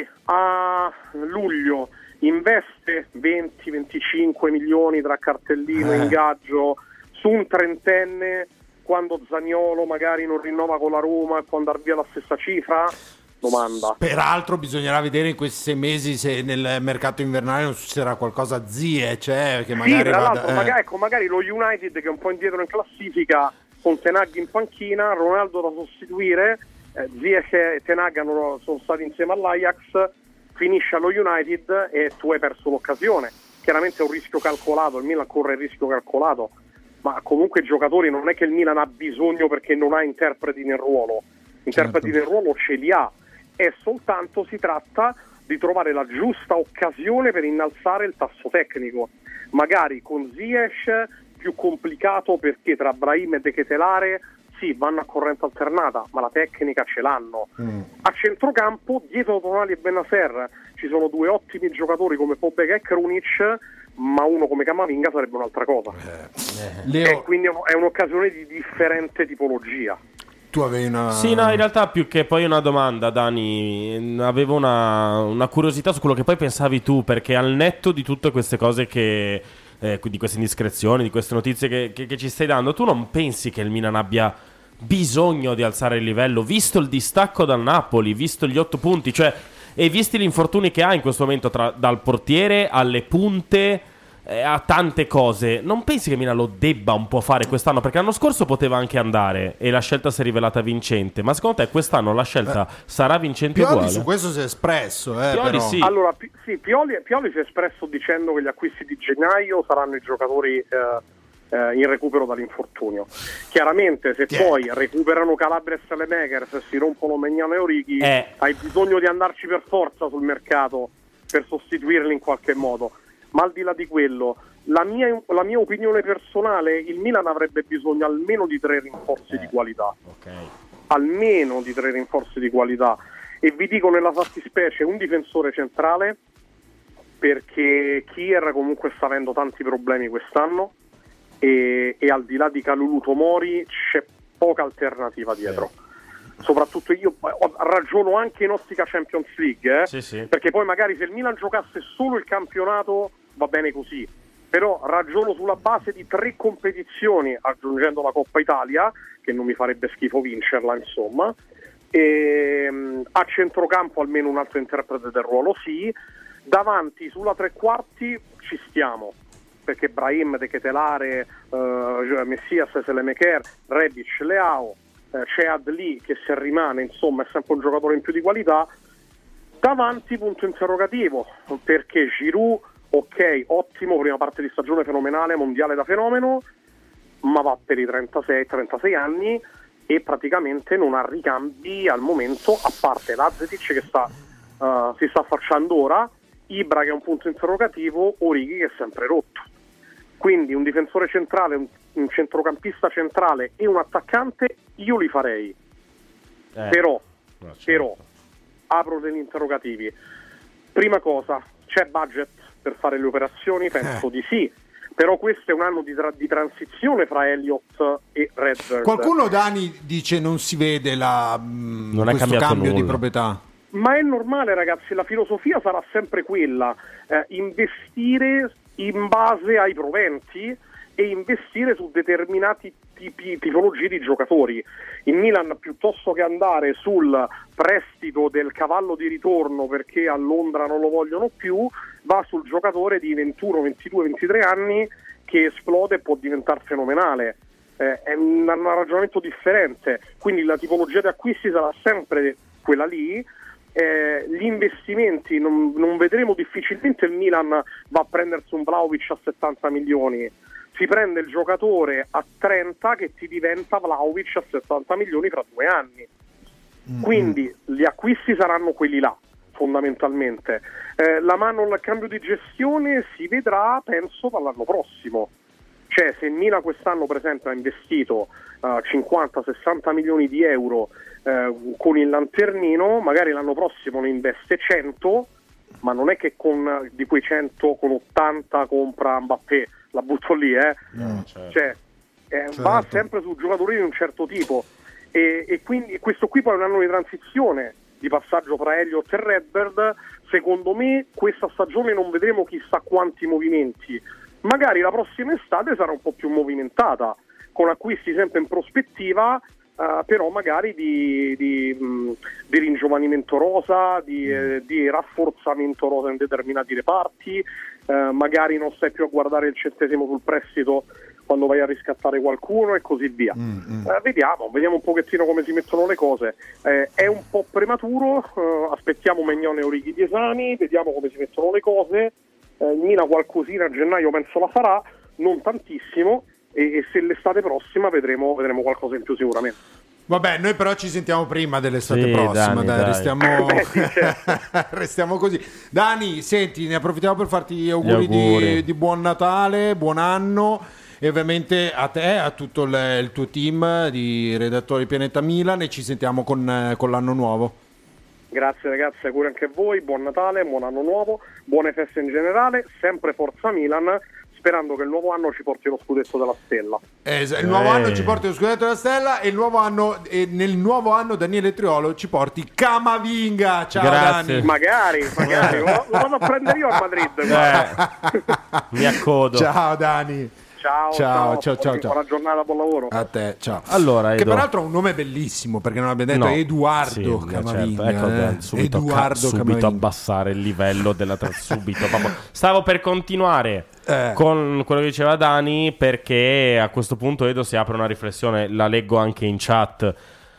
a luglio investe venti venticinque milioni tra cartellino e eh. ingaggio su un trentenne, quando Zaniolo magari non rinnova con la Roma e può andare via la stessa cifra? Domanda. Peraltro bisognerà vedere in questi sei mesi se nel mercato invernale non succederà qualcosa a Ziyech, cioè, che magari, sì, tra vada, l'altro, eh. magari, ecco, magari lo United che è un po' indietro in classifica, con Ten Hag in panchina, Ronaldo da sostituire, eh, Ziyech e Ten Hag hanno, sono stati insieme all'Ajax, finisce allo United e tu hai perso l'occasione. Chiaramente è un rischio calcolato, il Milan corre il rischio calcolato, ma comunque i giocatori non è che il Milan ha bisogno perché non ha interpreti nel ruolo, interpreti certo. nel ruolo ce li ha, e soltanto si tratta di trovare la giusta occasione per innalzare il tasso tecnico, magari con Ziyech più complicato perché tra Brahim e De Ketelare sì, vanno a corrente alternata, ma la tecnica ce l'hanno. Mm. A centrocampo, dietro Tonali e Bennacer, ci sono due ottimi giocatori come Pobega e Krunic, ma uno come Camavinga sarebbe un'altra cosa. Eh. Leo... E quindi è un'occasione di differente tipologia. Tu avevi una... Sì, no, in realtà più che poi una domanda, Dani, avevo una, una curiosità su quello che poi pensavi tu, perché al netto di tutte queste cose che... Eh, di queste indiscrezioni, di queste notizie che, che, che ci stai dando, tu non pensi che il Milan abbia bisogno di alzare il livello, visto il distacco dal Napoli, visto gli otto punti, cioè, e visti gli infortuni che ha in questo momento tra, dal portiere alle punte, eh, a tante cose, non pensi che Milan lo debba un po' fare quest'anno? Perché l'anno scorso poteva anche andare e la scelta si è rivelata vincente, ma secondo te quest'anno la scelta eh, sarà vincente Pioli uguale? Su questo si è espresso, eh, Pioli però. sì. Allora, Pi- sì, Pioli, Pioli si è espresso dicendo che gli acquisti di gennaio saranno i giocatori eh, eh, in recupero dall'infortunio. Chiaramente se yeah. poi recuperano Calabria e Saelemaekers e si rompono Maignan e Origi, eh. hai bisogno di andarci per forza sul mercato per sostituirli in qualche modo. Ma al di là di quello, la mia, la mia opinione personale, il Milan avrebbe bisogno almeno di tre rinforzi eh, di qualità. Okay. Almeno di tre rinforzi di qualità. E vi dico nella fattispecie un difensore centrale, perché Kier comunque sta avendo tanti problemi quest'anno e, e al di là di Kalulu Tomori c'è poca alternativa dietro. Eh. Soprattutto io ragiono anche in ottica Champions League, eh? sì, sì. perché poi magari se il Milan giocasse solo il campionato va bene così, però ragiono sulla base di tre competizioni, aggiungendo la Coppa Italia, che non mi farebbe schifo vincerla, insomma, e a centrocampo almeno un altro interprete del ruolo, sì, davanti sulla tre quarti ci stiamo, perché Brahim, De Ketelare, uh, Messias, Saelemaekers, Rebic, Leao, c'è Adli che se rimane insomma è sempre un giocatore in più di qualità. Davanti punto interrogativo, perché Giroud ok, ottimo, prima parte di stagione fenomenale, mondiale da fenomeno, ma va per i trentasei trentasei anni e praticamente non ha ricambi al momento, a parte Lazetic che sta, uh, si sta affacciando ora, Ibra che è un punto interrogativo, Origi che è sempre rotto. Quindi un difensore centrale, un, un centrocampista centrale e un attaccante io li farei, eh, però, no, certo. però apro degli interrogativi. Prima cosa, c'è budget per fare le operazioni? Penso eh. di sì, però questo è un anno di, tra- di transizione fra Elliott e Redbird. Qualcuno, Dani, dice non si vede la, mh, non questo è cambio nulla. di proprietà. Ma è normale, ragazzi, la filosofia sarà sempre quella, eh, investire in base ai proventi e investire su determinati tipi, tipologie di giocatori. Il Milan, piuttosto che andare sul prestito del cavallo di ritorno perché a Londra non lo vogliono più, va sul giocatore di ventuno, ventidue, ventitré anni che esplode e può diventare fenomenale. Eh, è un, un ragionamento differente, quindi la tipologia di acquisti sarà sempre quella lì. Eh, gli investimenti non, non vedremo difficilmente il Milan va a prendersi un Vlahovic a settanta milioni, si prende il giocatore a trenta che ti diventa Vlahovic a settanta milioni fra due anni, mm-hmm. quindi gli acquisti saranno quelli là. fondamentalmente. Eh, la mano al cambio di gestione si vedrà, penso, dall'anno prossimo. Cioè, se Milan quest'anno, per esempio, ha investito uh, cinquanta sessanta milioni di euro uh, con il lanternino, magari l'anno prossimo ne investe cento, ma non è che con di quei cento con ottanta compra Mbappé, la butto lì, eh. No, certo. Cioè, eh, Certo. va sempre su giocatori di un certo tipo. E, e quindi questo qui poi è un anno di transizione, di passaggio tra Elliott e Redbird. Secondo me questa stagione non vedremo chissà quanti movimenti, magari la prossima estate sarà un po' più movimentata, con acquisti sempre in prospettiva, uh, però magari di, di, mh, di ringiovanimento rosa, di, eh, di rafforzamento rosa in determinati reparti, uh, magari non stai più a guardare il centesimo sul prestito quando vai a riscattare qualcuno e così via. Mm, mm. Eh, vediamo, vediamo un pochettino come si mettono le cose. Eh, è un po' prematuro, eh, aspettiamo Maignan e Orighi di esami, vediamo come si mettono le cose. Eh, il Milan qualcosina a gennaio penso la farà, non tantissimo, e, e se l'estate prossima vedremo, vedremo qualcosa in più sicuramente. Vabbè, noi però ci sentiamo prima dell'estate Sì, prossima, Dani, dai, dai. Restiamo... Beh, sì, certo. restiamo così. Dani, senti, ne approfittiamo per farti gli auguri, Gli auguri. Di, di buon Natale, buon anno, e ovviamente a te, a tutto il, il tuo team di redattori Pianeta Milan, e ci sentiamo con, con l'anno nuovo. Grazie ragazzi, auguri anche a voi, buon Natale, buon anno nuovo, buone feste in generale, sempre forza Milan, sperando che il nuovo anno ci porti lo scudetto della Stella. Eh, il nuovo Eh. anno ci porti lo scudetto della Stella, e il nuovo anno, e nel nuovo anno Daniele Triolo ci porti Camavinga. Ciao Grazie. Dani. Magari, magari, lo, lo vado a prendere io a Madrid. guarda. Eh, mi accodo. Ciao Dani. Ciao, Ciao, ciao, ciao, buona ciao. buona giornata, buon lavoro. A te, ciao. Allora, che Edo. peraltro ha un nome bellissimo, perché non abbiamo detto No. Edoardo Sì, no, Camavinga. certo. Ecco, eh. dai, subito, ca- Edoardo subito Camavinga. abbassare il livello della tra- subito. proprio. Stavo per continuare Eh. con quello che diceva Dani, perché a questo punto Edo si apre una riflessione, la leggo anche in chat.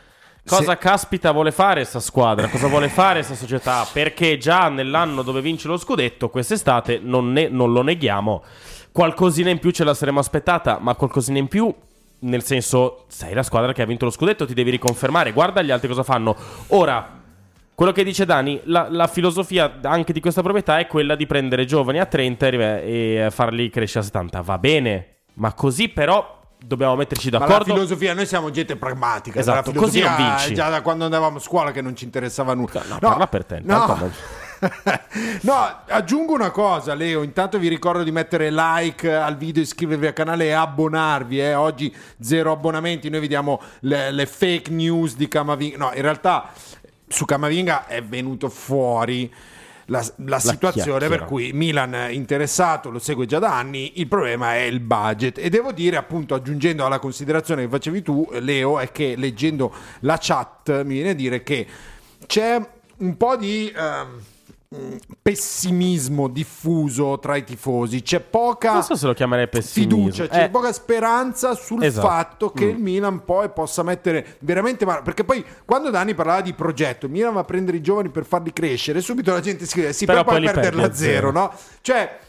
Cosa Se- caspita vuole fare sta squadra? Cosa vuole fare sta società? Perché già nell'anno dove vince lo scudetto, quest'estate, non, ne- non lo neghiamo, qualcosina in più ce la saremmo aspettata, ma qualcosina in più, nel senso, sei la squadra che ha vinto lo scudetto, ti devi riconfermare, guarda gli altri cosa fanno. Ora, quello che dice Dani, la, la filosofia anche di questa proprietà è quella di prendere giovani a trenta e, e farli crescere a settanta, va bene, ma così però dobbiamo metterci Ma d'accordo. la filosofia, noi siamo gente pragmatica. Esatto, la così filosofia non vinci. già da quando andavamo a scuola che non ci interessava nulla. No, parla per te, No. intanto a me. No, aggiungo una cosa, Leo. Intanto vi ricordo di mettere like al video, iscrivervi al canale e abbonarvi. Eh. Oggi zero abbonamenti. Noi vediamo le, le fake news di Camavinga. No, in realtà su Camavinga è venuto fuori la, la situazione chiacchiera. per cui Milan è interessato, lo segue già da anni. Il problema è il budget, e devo dire, appunto, aggiungendo alla considerazione che facevi tu, Leo, è che leggendo la chat mi viene a dire che c'è un po' di ehm, pessimismo diffuso tra i tifosi, c'è poca Non so se lo chiamerei pessimismo. fiducia, c'è Eh. poca speranza sul Esatto. fatto che Mm. il Milan poi possa mettere veramente male, perché poi quando Dani parlava di progetto, il Milan va a prendere i giovani per farli crescere, subito la gente scrive sì, Però per poi poi li perderla a perdi a zero, zero. no? Cioè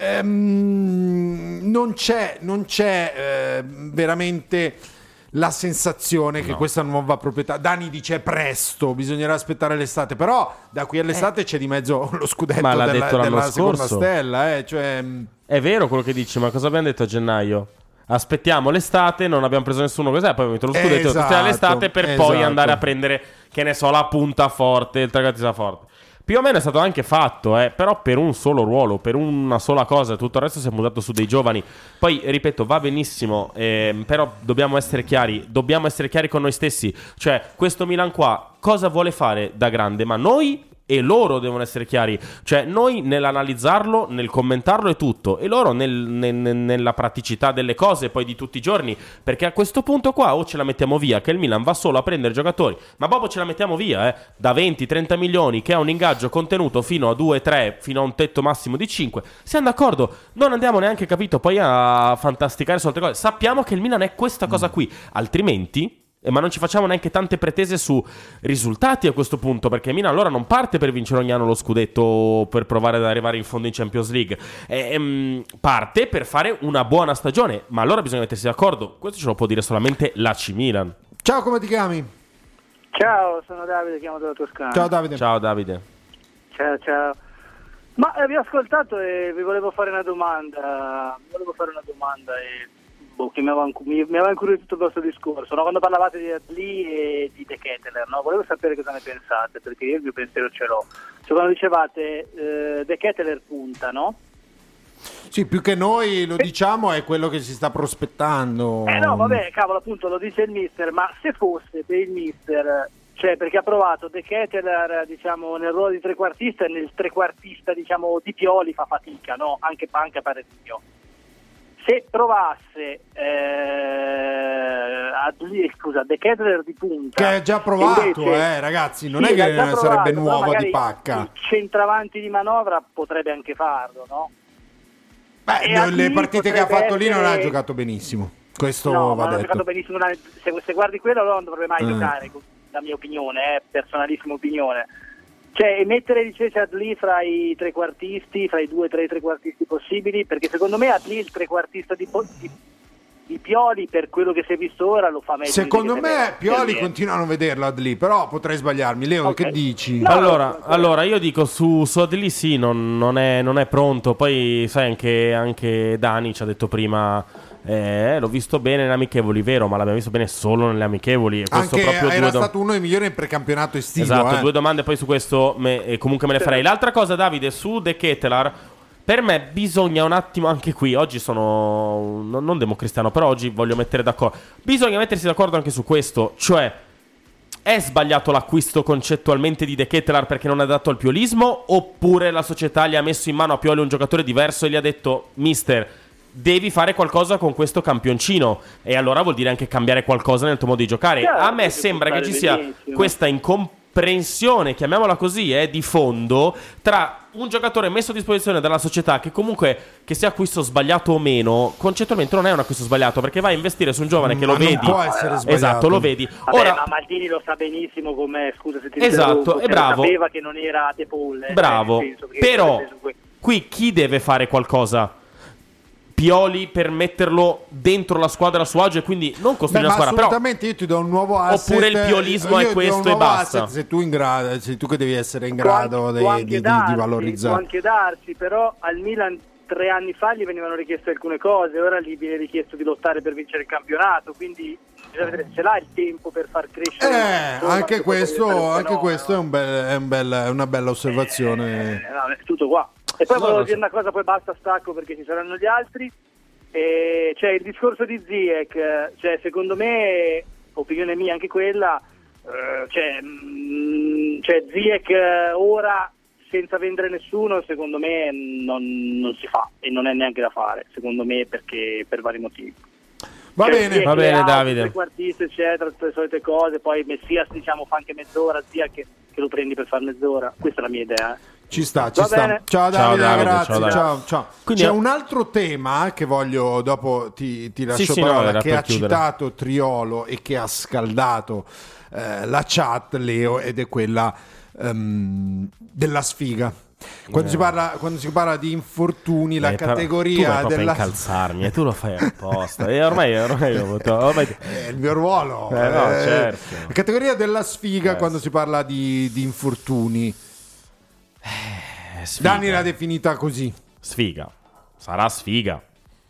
ehm, non c'è non c'è eh, veramente la sensazione che questa nuova proprietà, Dani dice è presto, bisognerà aspettare l'estate, però da qui all'estate c'è di mezzo lo scudetto Ma l'ha della, detto l'anno della seconda scorso. stella, eh, cioè È vero quello che dici, ma cosa abbiamo detto a gennaio? Aspettiamo l'estate, non abbiamo preso nessuno, cos'è? Poi abbiamo vinto lo scudetto, Esatto, aspettiamo l'estate per esatto. poi andare a prendere, che ne so, la punta forte, il trequartista forte. Più o meno è stato anche fatto, eh, però per un solo ruolo, per una sola cosa, tutto il resto si è mutato su dei giovani. Poi, ripeto, va benissimo, ehm, però dobbiamo essere chiari, dobbiamo essere chiari con noi stessi. Cioè, questo Milan qua cosa vuole fare da grande? Ma noi e loro devono essere chiari. Cioè, noi nell'analizzarlo, nel commentarlo è tutto, e loro nel, nel- nella praticità delle cose poi di tutti i giorni. Perché a questo punto qua o ce la mettiamo via, che il Milan va solo a prendere giocatori, ma proprio ce la mettiamo via, eh, da venti trenta milioni, che ha un ingaggio contenuto fino a due tre, fino a un tetto massimo di cinque. Siamo d'accordo, non andiamo neanche, capito, poi a fantasticare su altre cose. Sappiamo che il Milan è questa cosa qui, altrimenti... Eh, ma non ci facciamo neanche tante pretese su risultati a questo punto, perché Milan allora non parte per vincere ogni anno lo scudetto, per provare ad arrivare in fondo in Champions League, eh, ehm, parte per fare una buona stagione, ma allora bisogna mettersi d'accordo. Questo ce lo può dire solamente l'A C Milan. ciao, come ti chiami? Ciao, sono Davide, chiamo dalla Toscana. Ciao Davide. Ciao Davide. ciao, ciao. Ma eh, vi ho ascoltato e vi volevo fare una domanda. Vi volevo fare una domanda e boh, che mi aveva, mi, mi aveva incuriosito tutto il vostro discorso, no? Quando parlavate di Adli e di De Ketelaere, no? Volevo sapere cosa ne pensate, perché io il mio pensiero ce l'ho. Cioè, quando dicevate eh, De Ketelaere punta, no? Sì, più che noi lo diciamo è quello che si sta prospettando. Eh no, vabbè, cavolo, appunto lo dice il mister, ma se fosse per il mister, cioè perché ha provato De Ketelaere, diciamo, nel ruolo di trequartista e nel trequartista, diciamo, di Pioli fa fatica, no? Anche Panca pare Dio. Se provasse eh, a, scusa, De Ketelaere di punta, che è già provato, invece, eh, ragazzi, non sì, è che provato, sarebbe nuovo di pacca. Il centravanti di manovra potrebbe anche farlo, no? Beh, le partite che ha fatto essere... lì non ha giocato benissimo. Questo no, va non detto. ha giocato benissimo. Se, se guardi quello, non dovrebbe mai eh. giocare, la mia opinione, eh, personalissima opinione. Cioè, mettere dicesse Adli fra i trequartisti, fra i due o tre trequartisti possibili, perché secondo me Adli il trequartista di, di, di Pioli, per quello che si è visto ora, lo fa meglio. Secondo me vede, Pioli continua a non vederlo Adli, però potrei sbagliarmi. Leo, okay. Che dici? No, allora, allora, io dico su, su Adli sì, non, non, è, non è pronto. Poi sai anche, anche Dani ci ha detto prima... Eh, l'ho visto bene nelle amichevoli, vero, ma l'abbiamo visto bene solo nelle amichevoli. E questo anche proprio era due stato uno dei migliori in precampionato estivo. Esatto, eh. due domande poi su questo me, eh, comunque me le farei. L'altra cosa, Davide, su De Ketelaere, per me bisogna un attimo anche qui. Oggi sono non, non democristiano, però oggi voglio mettere d'accordo. Bisogna mettersi d'accordo anche su questo. Cioè, è sbagliato l'acquisto concettualmente di De Ketelaere perché non è adatto al piolismo? Oppure la società gli ha messo in mano a Pioli un giocatore diverso e gli ha detto: mister, devi fare qualcosa con questo campioncino, e allora vuol dire anche cambiare qualcosa nel tuo modo di giocare. Chiaro, a me sembra che ci sia benissimo. questa incomprensione, chiamiamola così, eh, di fondo, tra un giocatore messo a disposizione dalla società che comunque, che sia acquisto sbagliato o meno, concettualmente non è un acquisto sbagliato, perché vai a investire su un giovane che ma lo non vedi. può essere sbagliato. Esatto, lo vedi. Vabbè, Ora, ma Maldini lo sa benissimo com'è, scusa se ti esatto, interrompo, è bravo. sapeva che non era De Paul, eh, bravo, nel senso che però qui chi deve fare qualcosa? Pioli per metterlo dentro la squadra a suo agio e quindi non costruire Beh, la squadra, assolutamente però io ti do un nuovo asset. Oppure il piolismo io è questo e basta. Asset, se tu in grado, sei tu che devi essere in grado di, di, di, darsi, di valorizzare. può anche darsi, però al Milan tre anni fa gli venivano richieste alcune cose, ora gli viene richiesto di lottare per vincere il campionato, quindi bisogna vedere se l'ha il tempo per far crescere. Eh, insomma, anche questo, anche no, questo è, un bel, è, un bel, è una bella osservazione. Eh, no, è tutto qua. E poi No, volevo no, dire sì. una cosa, poi basta, stacco perché ci saranno gli altri. E cioè il discorso di Ziyech, cioè secondo me, opinione mia anche quella, eh, cioè, mh, cioè Ziyech eh, ora senza vendere nessuno secondo me non, non si fa, e non è neanche da fare secondo me, perché per vari motivi. Va Cioè, bene, Ziyech va bene, le auto, Davide. i quartisti eccetera, tutte le solite cose, poi Messias diciamo fa anche mezz'ora, Ziyech che, che lo prendi per fare mezz'ora, questa è la mia idea. eh. Ci sta, ci Va sta. bene. Ciao Davide, Ciao, Davide, grazie. ciao, Davide. Ciao, ciao. Quindi C'è è- un altro tema che voglio, dopo ti, ti lascio Sì, sì, no, parola, era che per ha chiudere. citato Triolo e che ha scaldato eh, la chat, Leo, ed è quella ehm, della sfiga. Quando, Eh. si parla, quando si parla di infortuni, la Eh, però tu categoria vai proprio della a incalzarmi e tu lo fai apposta. E ormai, ormai, ormai... è il mio ruolo. Eh, no, eh, certo. La categoria della sfiga Eh, quando sì. si parla di, di infortuni. Eh, sfiga. Dani l'ha definita così. Sfiga. Sarà sfiga.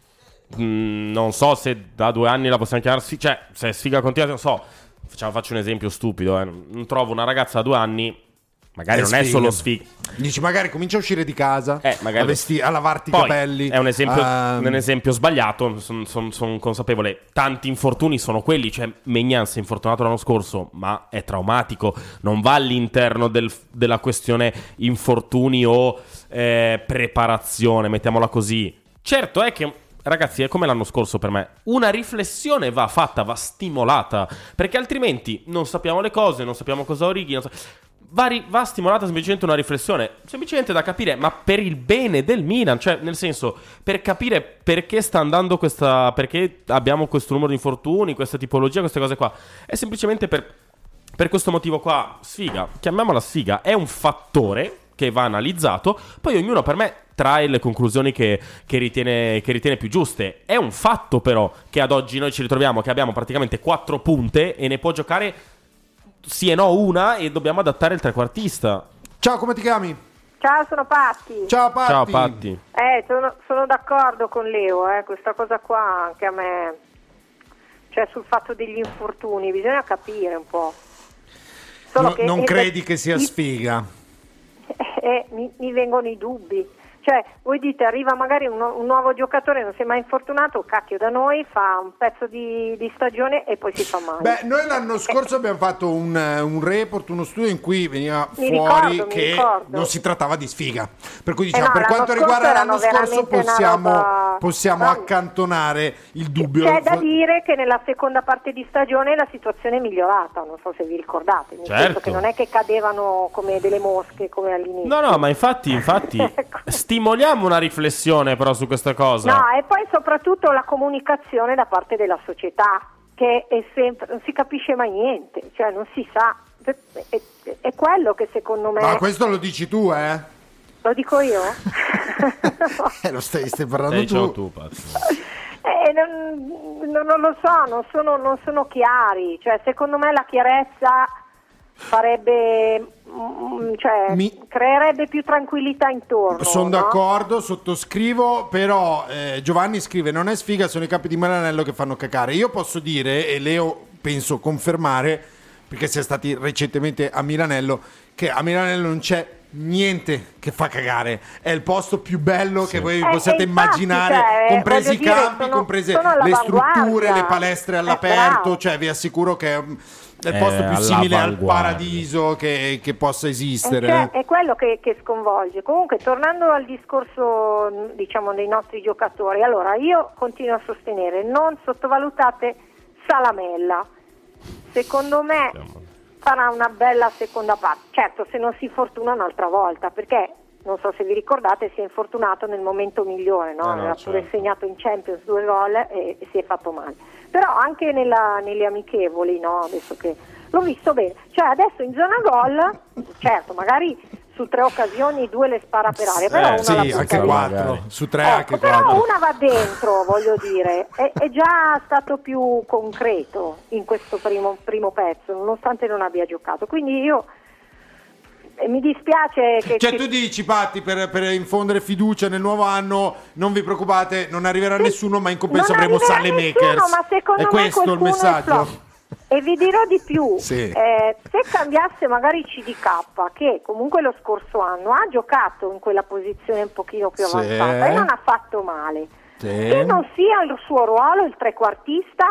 Mm, non so se da due anni la possiamo chiamare sfiga. Cioè, se è sfiga continua, non so. Facciamo, faccio un esempio stupido. Eh. Non trovo una ragazza a due anni. Magari È non è sfiga. solo sfiga. Dici, magari comincia a uscire di casa, Eh, magari- a, vesti- a lavarti Poi, i capelli. È un esempio, a- un esempio sbagliato. Sono son, son consapevole. Tanti infortuni sono quelli. Cioè, Maignan si è infortunato l'anno scorso, ma è traumatico. Non va all'interno del- della questione infortuni o eh, preparazione, mettiamola così. Certo è che, ragazzi, è come l'anno scorso per me. Una riflessione va fatta, va stimolata, perché altrimenti non sappiamo le cose, non sappiamo cosa orighi. Non sa- va, ri- va stimolata semplicemente una riflessione, semplicemente da capire, ma per il bene del Milan, cioè nel senso, per capire perché sta andando questa, perché abbiamo questo numero di infortuni, questa tipologia, queste cose qua. È semplicemente per, per questo motivo qua. Sfiga, chiamiamola sfiga, è un fattore che va analizzato, poi ognuno per me trae le conclusioni che, che, ritiene, che ritiene più giuste. È un fatto però che ad oggi noi ci ritroviamo che abbiamo praticamente quattro punte e ne può giocare sì e no una, e dobbiamo adattare il trequartista. Ciao, come ti chiami? Ciao, sono Patti. Ciao Patti. Ciao Patti. Eh, sono, sono d'accordo con Leo, eh, questa cosa qua anche a me, cioè sul fatto degli infortuni, bisogna capire un po'. Solo No, che, non eh, credi che sia mi- sfiga? Eh, mi, mi vengono i dubbi. Cioè, voi dite, arriva magari un, un nuovo giocatore, non si è mai infortunato, cacchio da noi, fa un pezzo di, di stagione e poi si fa male. Beh, noi l'anno scorso abbiamo fatto un, un report, uno studio in cui veniva Mi fuori ricordo, mi che ricordo. non si trattava di sfiga. Per cui Eh diciamo, no, per l'anno quanto scorso riguarda l'anno erano scorso veramente una possiamo, roba- possiamo No. accantonare il dubbio. C'è da dire che nella seconda parte di stagione la situazione è migliorata, non so se vi ricordate, nel Certo. senso che non è che cadevano come delle mosche come all'inizio. No, no, ma infatti, infatti Ecco. stimoliamo una riflessione però su questa cosa. No, e poi soprattutto la comunicazione da parte della società, che è sempre, non si capisce mai niente, cioè non si sa, è, è- è quello che secondo me... Ma questo lo dici tu, eh? Lo dico io? Eh, lo stai, stai parlando Dai, ciao tu. tu, Patti. Eh, non, non- non lo so, non sono, non sono chiari, cioè secondo me la chiarezza farebbe, mm, cioè Mi- creerebbe più tranquillità intorno. Sono no? d'accordo, sottoscrivo, però eh, Giovanni scrive: non è sfiga, sono i capi di Milanello che fanno cacare. Io posso dire, e Leo penso confermare, perché si è stati recentemente a Milanello, che a Milanello non c'è niente che fa cagare, è il posto più bello che voi Eh, possiate e infatti, immaginare, cioè, compresi i voglio dire, campi, sono- comprese sono le strutture, all'avanguardia. le palestre all'aperto, Eh, bravo. cioè vi assicuro che è è il È posto più simile al all'avanguardia. paradiso che, che possa Eh, esistere. cioè, è quello che, che sconvolge. Comunque, tornando al discorso, diciamo, dei nostri giocatori, allora io continuo a sostenere: non sottovalutate Salamella. Secondo me farà una bella seconda parte. Certo, se non si infortuna un'altra volta, perché non so se vi ricordate, si è infortunato nel momento migliore, no? Eh no, Aveva pure certo. segnato in Champions due gol e, e si è fatto male. Però anche nella, nelle amichevoli, no? Adesso che l'ho visto bene, cioè adesso in zona gol, certo, magari su tre occasioni due le spara per aria, però Eh, una sì, la butta anche via. quattro, su tre Ecco, anche però quattro. una va dentro, voglio dire, è, è già stato più concreto in questo primo, primo pezzo, nonostante non abbia giocato. Quindi io eh, mi dispiace che... Cioè che- tu dici, Patti, per, per infondere fiducia nel nuovo anno, non vi preoccupate, non arriverà nessuno, ma in compenso non avremo arriverà Salemakers. nessuno, ma secondo È me questo il qualcuno messaggio? esplode. E vi dirò di più, Sì. eh, se cambiasse magari C D K, che comunque lo scorso anno ha giocato in quella posizione un pochino più Sì. avanzata e non ha fatto male, Sì. che non sia il suo ruolo il trequartista,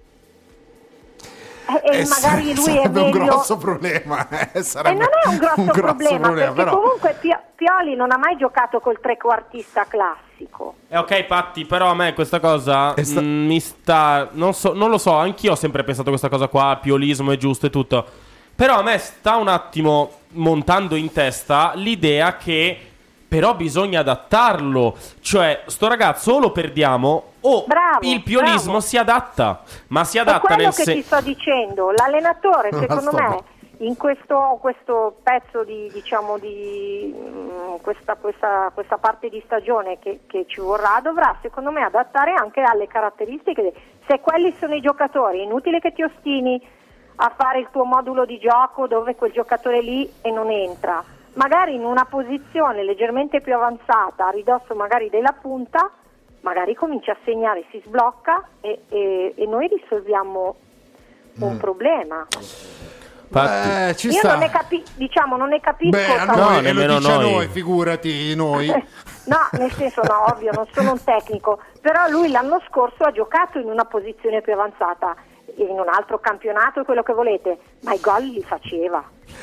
e, e Eh, magari lui è sarebbe un meglio... grosso problema. eh, E sarebbe non è un grosso, problema, perché però- comunque Pio- Pioli non ha mai giocato col trequartista classico. Eh, ok, Patti, però a me questa cosa È sta- mm, mi sta... Non, so, non lo so, anch'io ho sempre pensato questa cosa qua, piolismo è giusto e tutto. Però a me sta un attimo montando in testa l'idea che però bisogna adattarlo. Cioè, sto ragazzo o lo perdiamo o Bravo, il piolismo bravo. si adatta. Ma si È adatta quello nel che ti senso... sto dicendo, l'allenatore Non la secondo sto- me in questo, questo pezzo di diciamo di mm, questa, questa, questa parte di stagione che, che ci vorrà dovrà secondo me adattare anche alle caratteristiche. Se quelli sono i giocatori è inutile che ti ostini a fare il tuo modulo di gioco dove quel giocatore lì e non entra, magari in una posizione leggermente più avanzata a ridosso magari della punta, magari comincia a segnare, si sblocca e, e, e noi risolviamo un Mm. problema. Patti. Eh, ci Io sta. non ne, capi- diciamo, non ne capisco. Beh, a tanto- noi, No, e lo nemmeno dice a noi. noi, figurati noi. No, nel senso no, ovvio, non sono un tecnico, però lui l'anno scorso ha giocato in una posizione più avanzata, in un altro campionato, quello che volete, ma i gol li faceva.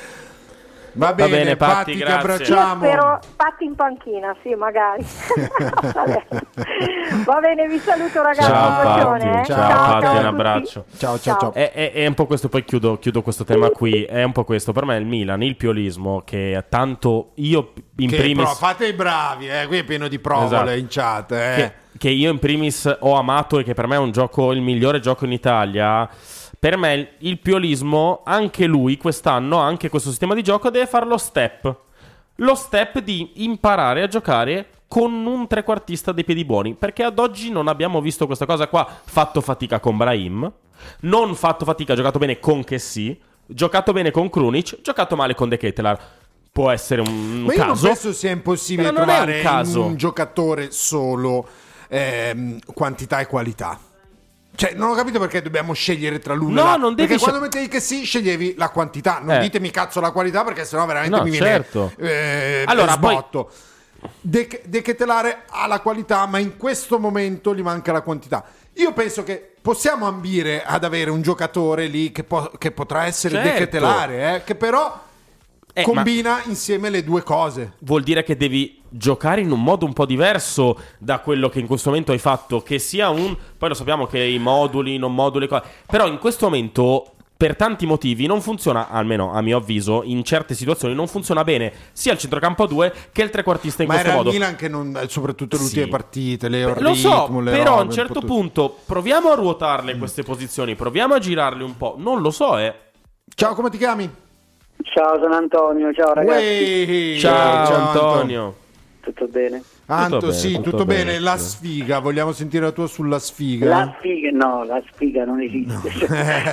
Va bene, bene, Patti, Patti, ti grazie. abbracciamo. Io spero Patti in panchina, sì, magari. Vabbè. Va bene, vi saluto ragazzi, Ciao, un bacione, Patti. eh. Ciao, Patti, a un tutti. abbraccio. Ciao, ciao, ciao. È, è- è un po' questo, poi chiudo, chiudo questo tema qui. È un po' questo. Per me il Milan, il piolismo, che tanto io in Che primis. pro- fate i bravi, eh, qui è pieno di provole Esatto. in chat. Eh. che, che io in primis ho amato e che per me è un gioco, il migliore gioco in Italia. Per me il, il piolismo, anche lui quest'anno, anche questo sistema di gioco deve fare lo step. Lo step di imparare a giocare con un trequartista dei piedi buoni, perché ad oggi non abbiamo visto questa cosa qua. Fatto fatica con Brahim, non fatto fatica, ha giocato bene con Kessie, giocato bene con Krunic, giocato male con De Ketelaar. può essere un, un Ma io caso. non penso sia impossibile Però non è trovare un caso. in un giocatore solo ehm, quantità e qualità. Cioè, non ho capito perché dobbiamo scegliere tra l'uno No, e l'altro. non devi Perché scel- quando mettevi che sì, sceglievi la quantità. Non Eh. ditemi cazzo la qualità, perché sennò veramente No, mi viene certo. eh, Allora, poi- sbotto. De- De Ketelare ha la qualità, ma in questo momento gli manca la quantità. Io penso che possiamo ambire ad avere un giocatore lì che, po- che potrà essere Certo. De Ketelare, eh, che però Eh, combina insieme le due cose. Vuol dire che devi giocare in un modo un po' diverso da quello che in questo momento hai fatto, che sia un... Poi lo sappiamo che i moduli, non moduli, cose. Però in questo momento, per tanti motivi, non funziona, almeno a mio avviso, in certe situazioni non funziona bene sia il centrocampo a due che il trequartista in Ma questo era modo. il Milan che non, soprattutto le ultime Sì. partite, le Lo so, ritmo, le però robe, a un certo po' tutto. punto proviamo a ruotarle queste posizioni, proviamo a girarle un po'. Non lo so, eh. Ciao, come ti chiami? Ciao, sono Antonio, ciao ragazzi. Uè, Ciao, ciao, Antonio. Tutto bene? Anto, Tutto bene, sì, tutto tutto, bene. bene, La sì. sfiga, vogliamo sentire la tua sulla sfiga? La sfiga, no, la sfiga non esiste.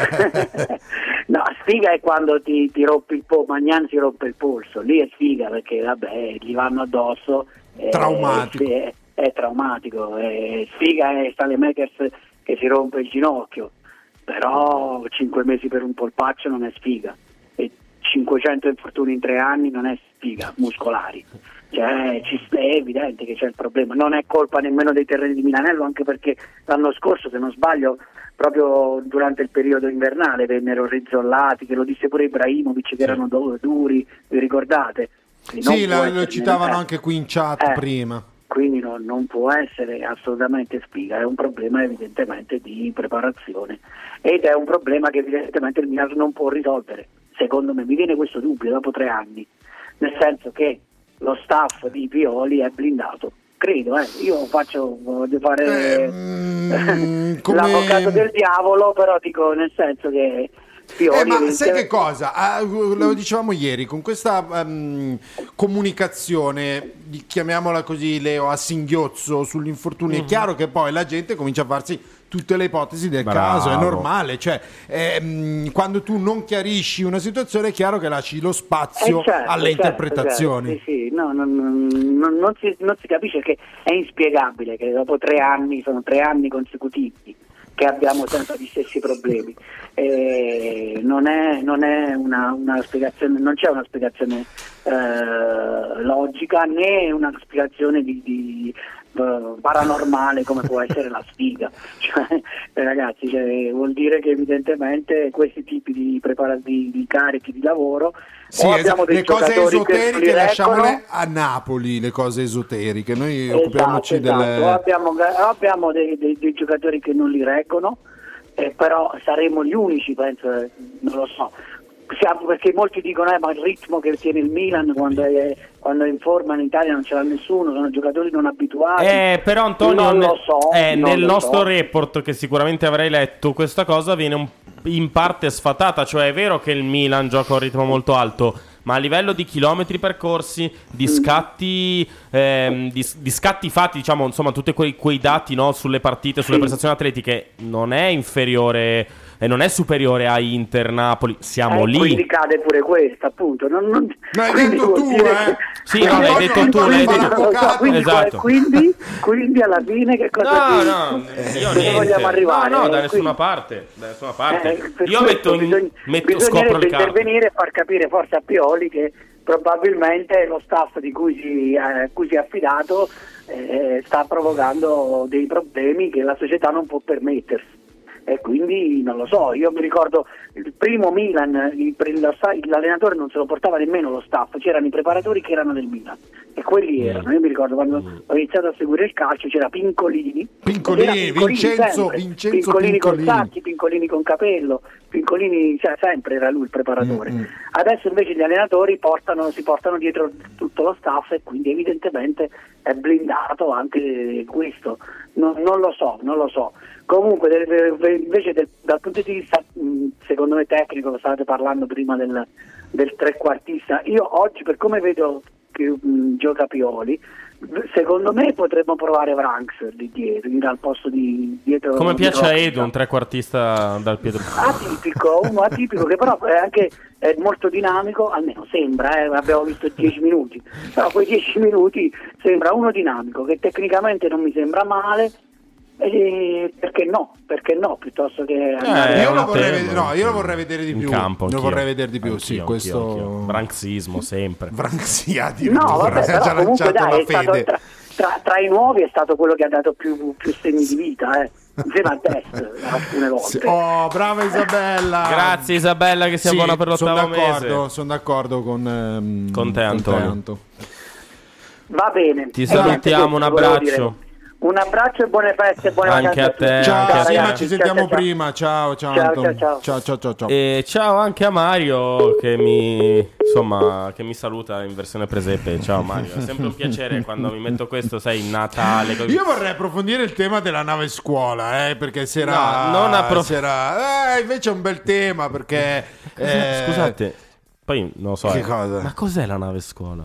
No, sfiga è quando ti, ti rompi il polso, Magnan si rompe il polso, lì è sfiga perché vabbè, gli vanno addosso. eh, Traumatico. È, è traumatico. eh, sfiga è Salemakers che si rompe il ginocchio, però cinque mesi per un polpaccio non è sfiga. E cinquecento infortuni in tre anni non è sfiga, muscolari. Cioè, ci, è evidente che c'è il problema, non è colpa nemmeno dei terreni di Milanello, anche perché l'anno scorso, se non sbaglio, proprio durante il periodo invernale vennero rizzollati, che lo disse pure Ibrahimovic, che erano du- duri, vi ricordate? Quindi non Sì, può la- essere lo citavano nemmeno- anche qui in chat Eh. prima. Quindi non, non può essere assolutamente sfiga, è un problema evidentemente di preparazione ed è un problema che evidentemente il Milan non può risolvere. Secondo me mi viene questo dubbio dopo tre anni, nel senso che lo staff di Pioli è blindato, credo, eh. Io faccio, voglio fare Mm, come- l'avvocato del diavolo, però dico nel senso che Pioli Eh, ma sai evidentemente- che cosa? Ah, lo dicevamo ieri, con questa ehm, comunicazione, di- chiamiamola così, Leo, a singhiozzo sull'infortunio, Mhm. è chiaro che poi la gente comincia a farsi tutte le ipotesi del Bravo. caso, è normale, cioè ehm, quando tu non chiarisci una situazione è chiaro che lasci lo spazio Eh, certo, alle certo, interpretazioni. certo, sì, sì, no, non, non- non si, non si capisce, che è inspiegabile che dopo tre anni, sono tre anni consecutivi che abbiamo sempre gli stessi problemi. Eh, non è, non è una, una spiegazione, non c'è una spiegazione eh, logica né una spiegazione di, di eh, paranormale come può essere la sfiga. Cioè, eh, ragazzi, cioè, vuol dire che evidentemente questi tipi di, prepara- di, di carichi di lavoro Sì, o esatto. abbiamo dei Le cose giocatori che non li esoteriche lasciamole reggono. a Napoli, le cose esoteriche, noi Esatto, occupiamoci esatto. delle... O abbiamo, o abbiamo dei, dei- dei giocatori che non li reggono, eh, però saremo gli unici, penso, eh, non lo so. Siamo, perché molti dicono eh, ma il ritmo che tiene il Milan quando è, quando è in forma in Italia non ce l'ha nessuno, sono giocatori non abituati. Eh, però Antonio, non nel, lo so, eh, non nel lo nostro so. report, che sicuramente avrai letto, questa cosa viene un- in parte sfatata. Cioè è vero che il Milan gioca a un ritmo molto alto, ma a livello di chilometri percorsi, di scatti, ehm, di, di scatti fatti, diciamo, insomma, tutti quei, quei dati, no, sulle partite, sulle Sì. prestazioni atletiche, non è inferiore e non è superiore a Inter, Napoli. Siamo Eh, lì. Quindi cade pure questa, appunto. Non, non, L'hai quindi detto vuol tu, dire eh? che- Sì, no, l'hai Antonio, detto tu, Antonio l'hai fa detto tu. l'avvocato. quindi, Esatto. quindi, quindi alla fine che cosa No, dici? no, io Dove niente. vogliamo arrivare? No, no, da Eh, nessuna quindi- parte, da nessuna parte. Eh, per Io questo metto, in, bisogna- metto scopro bisognerebbe le carte. intervenire e far capire forse a Pioli che probabilmente lo staff di cui si, eh, cui si è affidato eh, sta provocando dei problemi che la società non può permettersi. E quindi non lo so, io mi ricordo il primo Milan, il, lo sta- l'allenatore non se lo portava nemmeno lo staff, c'erano i preparatori che erano del Milan e quelli erano, io mi ricordo quando ho iniziato a seguire il calcio c'era Pincolini, Pincolini, c'era Vincenzo- sempre. Vincenzo Pincolini con Pincolini. Sacchi, Pincolini con Capello, Pincolini, cioè, sempre era lui il preparatore. Mm, mm. Adesso invece gli allenatori portano, si portano dietro tutto lo staff e quindi evidentemente è blindato anche questo. Non, non lo so, non lo so. Comunque de- de- invece del- dal punto di vista mh, secondo me tecnico, lo stavate parlando prima del, del trequartista, io oggi per come vedo che mh, gioca Pioli. Secondo me potremmo provare Vranks di dietro, al posto di dietro. Come di piace a Rocca. Edu, un trequartista dal piede. Atipico, uno atipico che però è anche è molto dinamico, almeno sembra, eh, abbiamo visto dieci minuti, però quei dieci minuti sembra uno dinamico che tecnicamente non mi sembra male. E perché no? Perché no? Piuttosto che eh, io, lo vorrei vedere, no, io lo vorrei vedere di in più. campo, lo vorrei vedere di più. Anch'io, sì, anch'io, questo anch'io. Branxismo sempre. Branxia di no, vabbè, però già comunque lanciato dai, la è stato fede. tra, tra, tra i nuovi è stato quello che ha dato più, più segni di vita, eh. Insieme a Dest alcune volte. Sì. Oh, brava Isabella. Grazie Isabella, che sia sì, buona per l'ottavo sono mese. d'accordo, sono d'accordo con, ehm, con te Antonio. Con te, Anto. Va bene. Ti salutiamo, un abbraccio. Un abbraccio e buone feste, buone Anche vacanze a te, Ciao, anche a sì, te. ma ci sentiamo ciao, ciao. prima. Ciao, ciao, Ciao, Anto. ciao, ciao. ciao, ciao, ciao, ciao. E ciao anche a Mario che mi insomma che mi saluta in versione presepe. Ciao Mario, è sempre un piacere quando mi metto questo, sai, Natale così. Io vorrei approfondire il tema della nave scuola, eh, perché si era, No, non approf- si era- eh, invece è un bel tema perché eh, Scusate, poi non lo so. Che eh, cosa? Ma cos'è la nave scuola?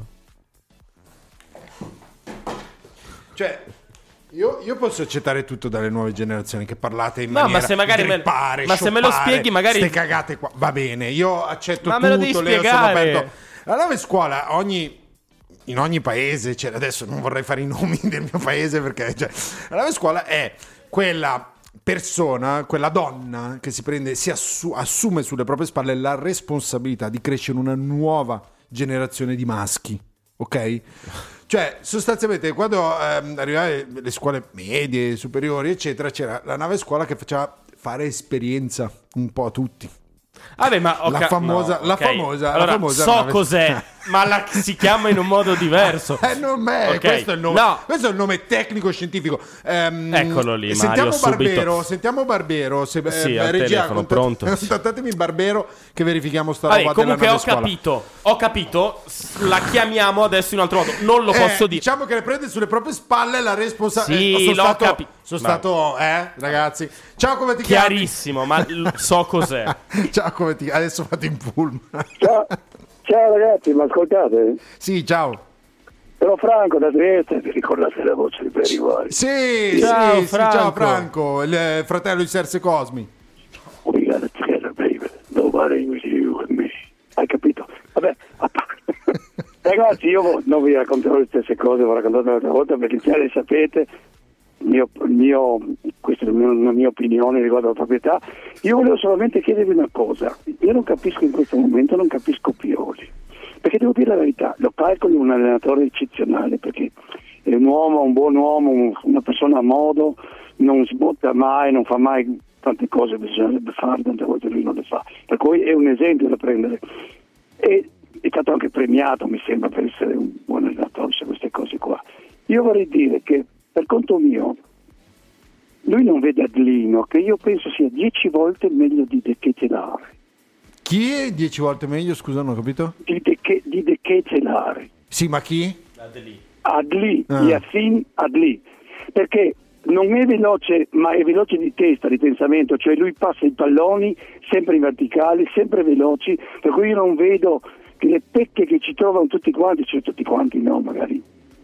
Cioè, io, io posso accettare tutto dalle nuove generazioni che parlate in No, maniera ma se magari me- grippare, ma se me lo scioppare, spieghi magari- ste cagate qua. Va bene, io accetto Ma tutto, me lo devi Leo, sono spiegare. aperto. La nave scuola ogni in ogni paese, cioè, adesso non vorrei fare i nomi del mio paese perché cioè, la nave scuola è quella persona, quella donna che si prende, si assu- assume sulle proprie spalle la responsabilità di crescere una nuova generazione di maschi, ok? Cioè, sostanzialmente, quando ehm, arrivavano le scuole medie, superiori, eccetera, c'era la nave scuola che faceva fare esperienza un po' a tutti. Vabbè, ma ho La ca- famosa- no, la ok. famosa- la allora, famosa so nave- cos'è, ma la si chiama in un modo diverso. Eh, non è, Ok. questo, è il nome, No. questo è il nome tecnico scientifico. Ehm, Eccolo lì, sentiamo Mario, Barbero, subito. sentiamo Barbero, se, Sì, eh, al regia, telefono, contat- pronto. contattatemi Barbero che verifichiamo sta Vabbè, roba comunque della ho nave scuola. capito, ho capito, s- la chiamiamo adesso in un altro modo, non lo Eh, posso dire. Diciamo che le prende sulle proprie spalle la responsabilità. Sì, sono l'ho stato, capi- sono Ma- stato, eh, ragazzi. Ciao, come ti chiami? Chiarissimo, ma l- so cos'è. Ciao, come ti adesso fate in pullman. Ciao, ciao ragazzi, mi ascoltate? Sì, ciao. Sono Franco da Trieste, vi ricordate la voce di Perry White? Sì, Ciao, sì, sì, Franco. ciao Franco, il eh, fratello di Serse Cosmi. We got it together, baby. Nobody with you and me. Hai capito? Vabbè, a parte. Ragazzi, io non vi racconterò le stesse cose, vi ho raccontato un'altra volta perché già le sapete. Il mio, il mio, questa è la mia, la mia opinione riguardo alla proprietà. Io volevo solamente chiedervi una cosa. Io non capisco in questo momento, non capisco Pioli. Perché devo dire la verità, lo calcolo un allenatore eccezionale perché è un uomo, un buon uomo, un- una persona a modo, non sbotta mai, non fa mai tante cose che bisognerebbe fare, tante volte lui non le fa. Per cui è un esempio da prendere. E è stato anche premiato, mi sembra, per essere un buon allenatore su queste cose qua. Io vorrei dire che, per conto mio, lui non vede Adlino, che io penso sia dieci volte meglio di De Ketelare. Chi è dieci volte meglio? Scusa, non ho capito. Di De, Ke- di De Ketelare. Sì, ma chi? Adli, Ah. Yassin Adli, perché non è veloce, ma è veloce di testa, di pensamento, cioè lui passa i palloni sempre in verticale, sempre veloci, per cui io non vedo che le pecche che ci trovano tutti quanti, cioè tutti quanti no, magari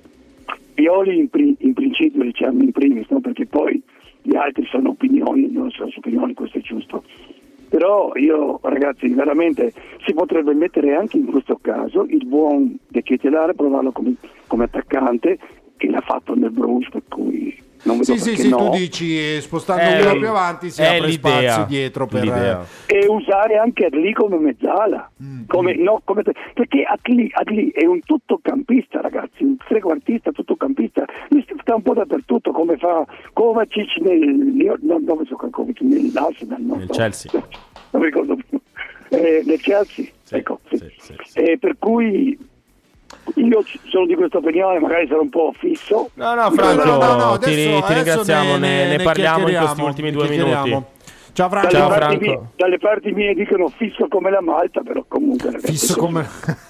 Pioli in, pri- in principio, diciamo in primis, no? Perché poi gli altri sono opinioni, non sono opinioni, questo è giusto. Però io, ragazzi, veramente si potrebbe mettere anche in questo caso il buon De Ketelare, provarlo come, come attaccante, che l'ha fatto nel Bruges, per cui non vedo Sì, sì, perché sì, no. tu dici eh, spostando È- uno più avanti si è apre l'idea, spazio dietro per l'idea. E usare anche Adli come mezzala, come, no, come, perché Adli, Adli è un tuttocampista, ragazzi, un trequartista tuttocampista, lui sta un po' dappertutto, come fa Kovacic nel, io, no, dove gioca Kovacic? Nell'Arsenal, no? Nel Chelsea. Non mi ricordo più. Eh, nel Chelsea, Sì, ecco, sì. sì, sì, sì. Eh, per cui io sono di questa opinione, magari sarò un po' fisso. No, no, Franco, No, no, no, ti, adesso- ti adesso ringraziamo, ne, ne ne parliamo in questi chiacchieriamo, ultimi ne due chiacchieriamo. minuti. Ciao Franco. Dalle, Ciao, parti Franco. mie, dalle parti mie dicono fisso come la malta, però comunque ragazzi, Fisso come...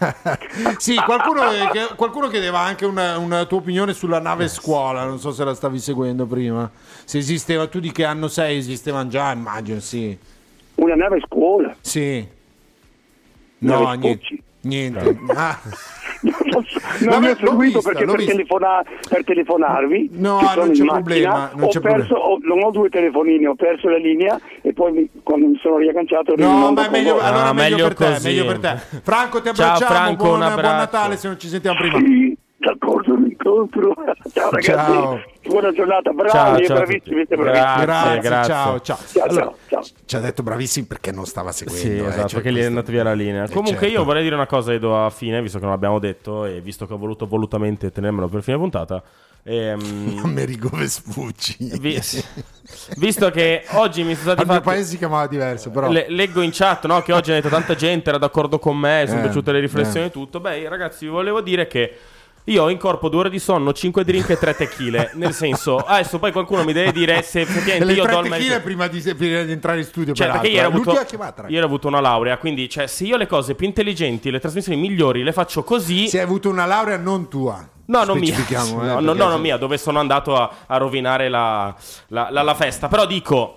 sì, qualcuno, che- qualcuno chiedeva anche una, una tua opinione sulla nave scuola, non so se la stavi seguendo prima. Se esisteva, tu di che anno sei? Esistevano già, immagino, sì. una nave scuola. Sì. No, Nave niente. Spucci. Niente. Ah. non mi ho seguito perché per, telefona- per telefonarvi no, che sono non c'è in problema, macchina, non c'è ho perso, ho, non ho due telefonini, ho perso la linea e poi mi, quando mi sono riagganciato no ma è meglio, allora no, meglio, meglio per te, così. meglio per te Franco, ti Ciao, abbracciamo. Franco, buon, un abbraccio. buon Natale se non ci sentiamo prima. Sì, d'accordo, l'incontro. Ciao ragazzi, Ciao. buona giornata, bravi, Ciao, ciao bravissimi, siete Grazie, bravissimi. grazie, grazie. ciao ciao, Ciao, allora, ciao, ciao. ci ha detto bravissimi perché non stava seguendo Sì, eh, esatto, cioè perché gli è questo- andato via la linea. Eh, Comunque certo. io vorrei dire una cosa Edo a fine, visto che non l'abbiamo detto e visto che ho voluto volutamente tenermelo per fine puntata. Ehm, Amerigo Vespucci vi- visto che oggi mi sono stati al mio fatti paese si chiamava diverso però Le- leggo in chat, no, che oggi ha detto tanta gente era d'accordo con me, sono Eh, piaciute le riflessioni eh. e tutto. Beh, ragazzi, vi volevo dire che io ho in corpo due ore di sonno, cinque drink e tre tequile. Nel senso, adesso poi qualcuno mi deve dire se effettivamente le io do tre il merito. tequile prima di, prima di entrare in studio Cioè, perché peraltro. ieri ho avuto, L'ultima chiamata, ieri ho avuto una laurea, quindi cioè, se io le cose più intelligenti, le trasmissioni migliori le faccio così. se hai avuto una laurea non tua No, non mia. specifichiamo, eh, no, no, perché no, se- non mia, dove sono andato a, a rovinare la, la, la- la festa. Però dico,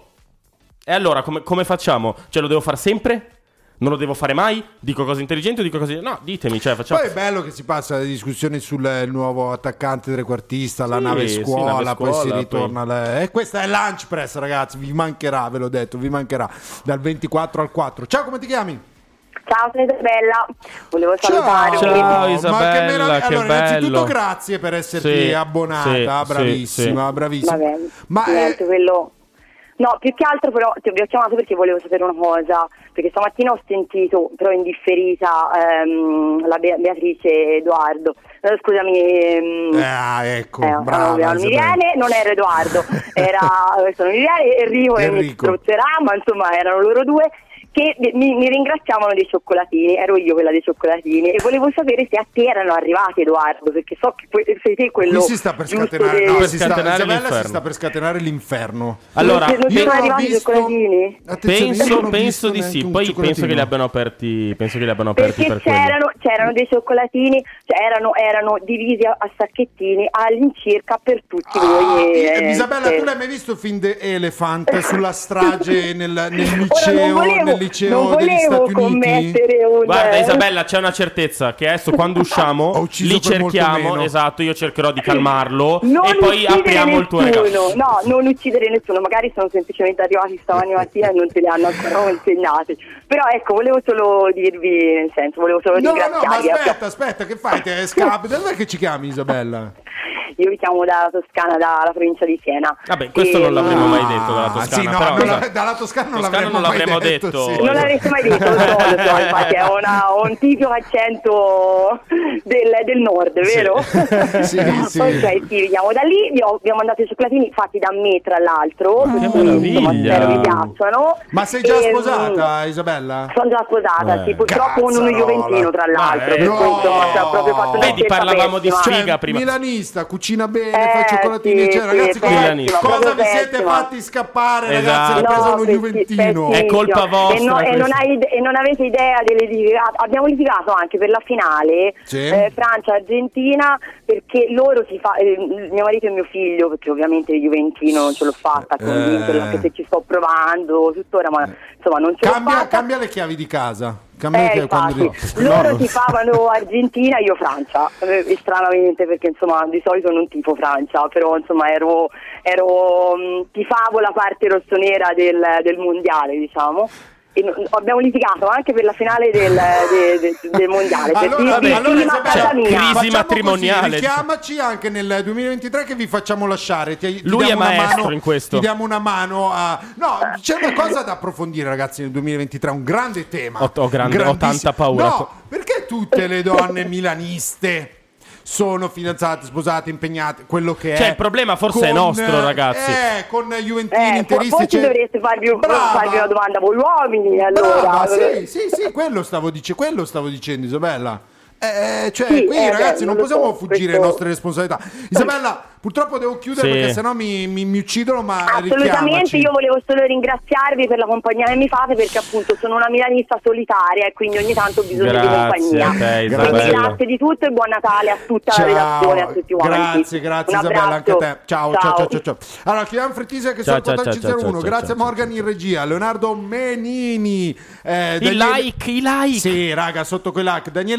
e allora come, come facciamo? Cioè, lo devo fare sempre? Non lo devo fare mai? Dico cose intelligenti o dico cose... No, ditemi, cioè facciamo... Poi è bello che si passa alle discussioni sul eh, nuovo attaccante trequartista, la Sì, nave sì, scuola, nave poi si scuola, ritorna alla- e questa è Lunch Press, ragazzi, vi mancherà, ve l'ho detto, vi mancherà dal ventiquattro al quattro. Ciao, come ti chiami? Ciao, sono Isabella. Volevo salutarvi. Ciao, Isabella, ma che meraviglia. che Allora, innanzitutto bello. grazie per esserti Sì, abbonata, sì, bravissima, sì. bravissima. Vabbè, Ma niente, eh, quello... No, più che altro però ti ho chiamato perché volevo sapere una cosa, perché stamattina ho sentito, però in differita, ehm, la Be- Beatrice Edoardo. Eh, scusami, ehm, ah, ecco, eh, brava, non mi Isabella. viene, non era Edoardo, era questo non mi viene, Enrico e mi Enrico. strozzerà, ma insomma erano loro due che mi, mi ringraziavano dei cioccolatini, ero io quella dei cioccolatini e volevo sapere se a te erano arrivati, Edoardo, perché so che que- sei te quello qui si sta per giusto scatenare, de- no, Per si sta, scatenare Isabella l'inferno. si sta per scatenare l'inferno. Allora, non, non io sono non ho arrivati i visto- cioccolatini? Attenzione, io penso, non ho penso visto di neanche sì. un Poi penso cioccolatino. che li abbiano aperti. Penso che li abbiano aperti Perché per quello. c'erano, c'erano dei cioccolatini, cioè erano, erano divisi a, a sacchettini all'incirca per tutti Ah, voi. eh, eh, Isabella, sì. tu l'hai mai visto il film The Elephant sulla strage nel, nel Ora non liceo, volevo, nel liceo non degli volevo Stati Uniti? commettere un... Guarda Isabella, c'è una certezza che adesso quando usciamo Ho ucciso li per molto cerchiamo, meno. esatto, io cercherò di calmarlo Non e poi uccidere apriamo il tuo nessuno, regalo. no, non uccidere nessuno, magari sono semplicemente arrivati stamani mattina e non te li hanno ancora consegnati. Però ecco, volevo solo dirvi, nel senso, volevo solo No, no, ma ringraziarvi. aspetta, aspetta, che fai? Te scappi? Da dove che ci chiami, Isabella? Io vi chiamo dalla Toscana, dalla provincia di Siena. Vabbè, questo E- non l'avremmo mai detto dalla Ah, Toscana, sì, no, però, non- esatto. dalla Toscana non Toscana l'avremmo, non l'avremmo mai detto, detto. sì. Non l'avreste mai detto, lo so, lo so, infatti è una, un tipico accento del, del nord, vero? Sì, sì. Ok, sì, vediamo da lì, vi ho, vi ho mandato i cioccolatini fatti da me tra l'altro, per che cui, insomma, meraviglia. spero vi piacciono. Ma sei già E, sposata, Isabella? Sono già sposata, Eh, sì, purtroppo con uno cazzarola. juventino tra l'altro, Vabbè, per cui no. insomma ci ha proprio fatto una Vedi, scelta parlavamo di pessima. sfiga prima. Milanista, cucina bene, Eh, fa i cioccolatini, sì, cioè, sì, ragazzi, cosa, pessima, cosa proprio vi siete pessima. fatti scappare, Esatto. ragazzi? L'ha presa uno pessi- Juventino. pessimissimo. È colpa vostra E, no- e questo. non, hai- e non avete idea delle litigate. Abbiamo litigato anche per la finale Sì. eh, Francia-Argentina perché loro si fa eh, mio marito e mio figlio, perché ovviamente il Juventino non ce l'ho fatta, convincerlo, Eh. anche se ci sto provando tuttora, ma insomma non ce l'ho Cambia, fatta. cambia le chiavi di casa. Cambia le Eh, chiavi quando infatti, ri- loro No, ti favano Argentina, io Francia, eh, stranamente perché insomma di solito non tifo Francia, però insomma ero, ero mh, tifavo la parte rossonera del, del mondiale, diciamo. E no- abbiamo litigato anche per la finale del, de- de- del mondiale. Per Allora, dirvi, allora, prima Isabella, casa mia. crisi facciamo matrimoniale. così, richiamaci anche nel duemilaventitré che vi facciamo lasciare. Ti, ti Lui diamo è una maestro mano, in questo. Ti diamo una mano a... No, c'è una cosa da approfondire, ragazzi, nel duemilaventitré, un grande tema. Ho- ho grande- ho Grandissimo. tanta paura. No, perché tutte le donne milaniste sono fidanzate, sposate, impegnate, quello che è. Cioè, il problema forse è nostro, ragazzi. Eh, con Juventini, Eh, interisti. forse c'è- dovreste farvi, Brava. farvi una domanda voi uomini allora. Brava, sì, sì, sì, quello stavo, dice- quello stavo dicendo, Isabella. Eh, cioè, Sì, qui eh, ragazzi beh, non non lo possiamo so, fuggire questo- le nostre responsabilità. Isabella, purtroppo devo chiudere Sì. perché sennò mi, mi, mi uccidono, ma Assolutamente, richiamaci. io volevo solo ringraziarvi per la compagnia che mi fate perché appunto sono una milanista solitaria e quindi ogni tanto ho bisogno Grazie di compagnia. a te, Quindi Isabella. grazie di tutto e buon Natale a tutta Ciao, la redazione, a tutti quanti. grazie, grazie Un Isabella, anche a abbraccio. te. Ciao, ciao, ciao, ciao, ciao. Allora, chiudiamo Frettisa che Ciao, sono ciao, Potanci ciao, ciao, zero uno. ciao, Grazie ciao, a Morgan in regia, Leonardo Menini. eh, I Daniele- like, i like. Sì, raga, sotto quei like. Daniele Triolo.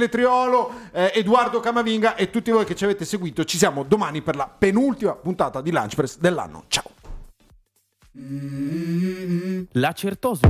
Spagnolo, eh, Edoardo Camavinga e tutti voi che ci avete seguito. Ci siamo domani per la penultima puntata di Lunch Press dell'anno. Ciao. La Certosus,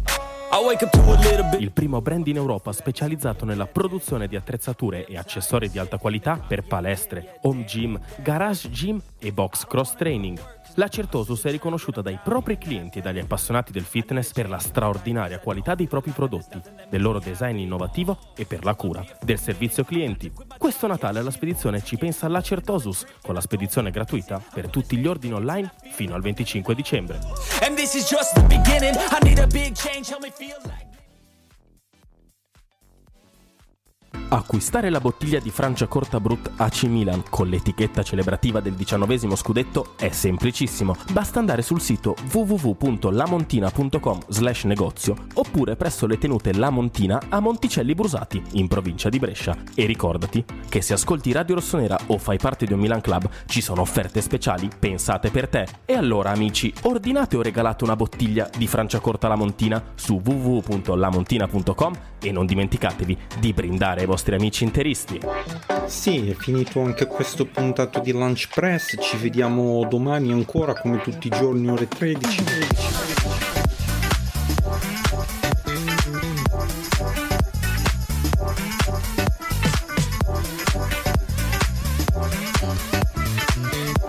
il primo brand in Europa specializzato nella produzione di attrezzature e accessori di alta qualità per palestre, home gym, garage gym e box cross training. La Certosus è riconosciuta dai propri clienti e dagli appassionati del fitness per la straordinaria qualità dei propri prodotti, del loro design innovativo e per la cura del servizio clienti. Questo Natale la spedizione ci pensa La Certosus, con la spedizione gratuita per tutti gli ordini online fino al venticinque dicembre. And this is just the beginning. I need a big change, help me feel like. Acquistare la bottiglia di Franciacorta Brut A C Milan con l'etichetta celebrativa del diciannovesimo scudetto è semplicissimo. Basta andare sul sito w w w punto lamontina punto com slash negozio oppure presso le tenute La Montina a Monticelli Brusati, in provincia di Brescia. E ricordati che se ascolti Radio Rossonera o fai parte di un Milan Club ci sono offerte speciali pensate per te. E allora amici, ordinate o regalate una bottiglia di Franciacorta La Montina su w w w punto lamontina punto com e non dimenticatevi di brindare ai vostri amici interisti. Sì, è finito anche questo puntato di Lunch Press. Ci vediamo domani ancora come tutti i giorni ore tredici.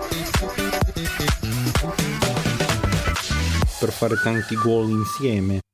Per fare tanti gol insieme.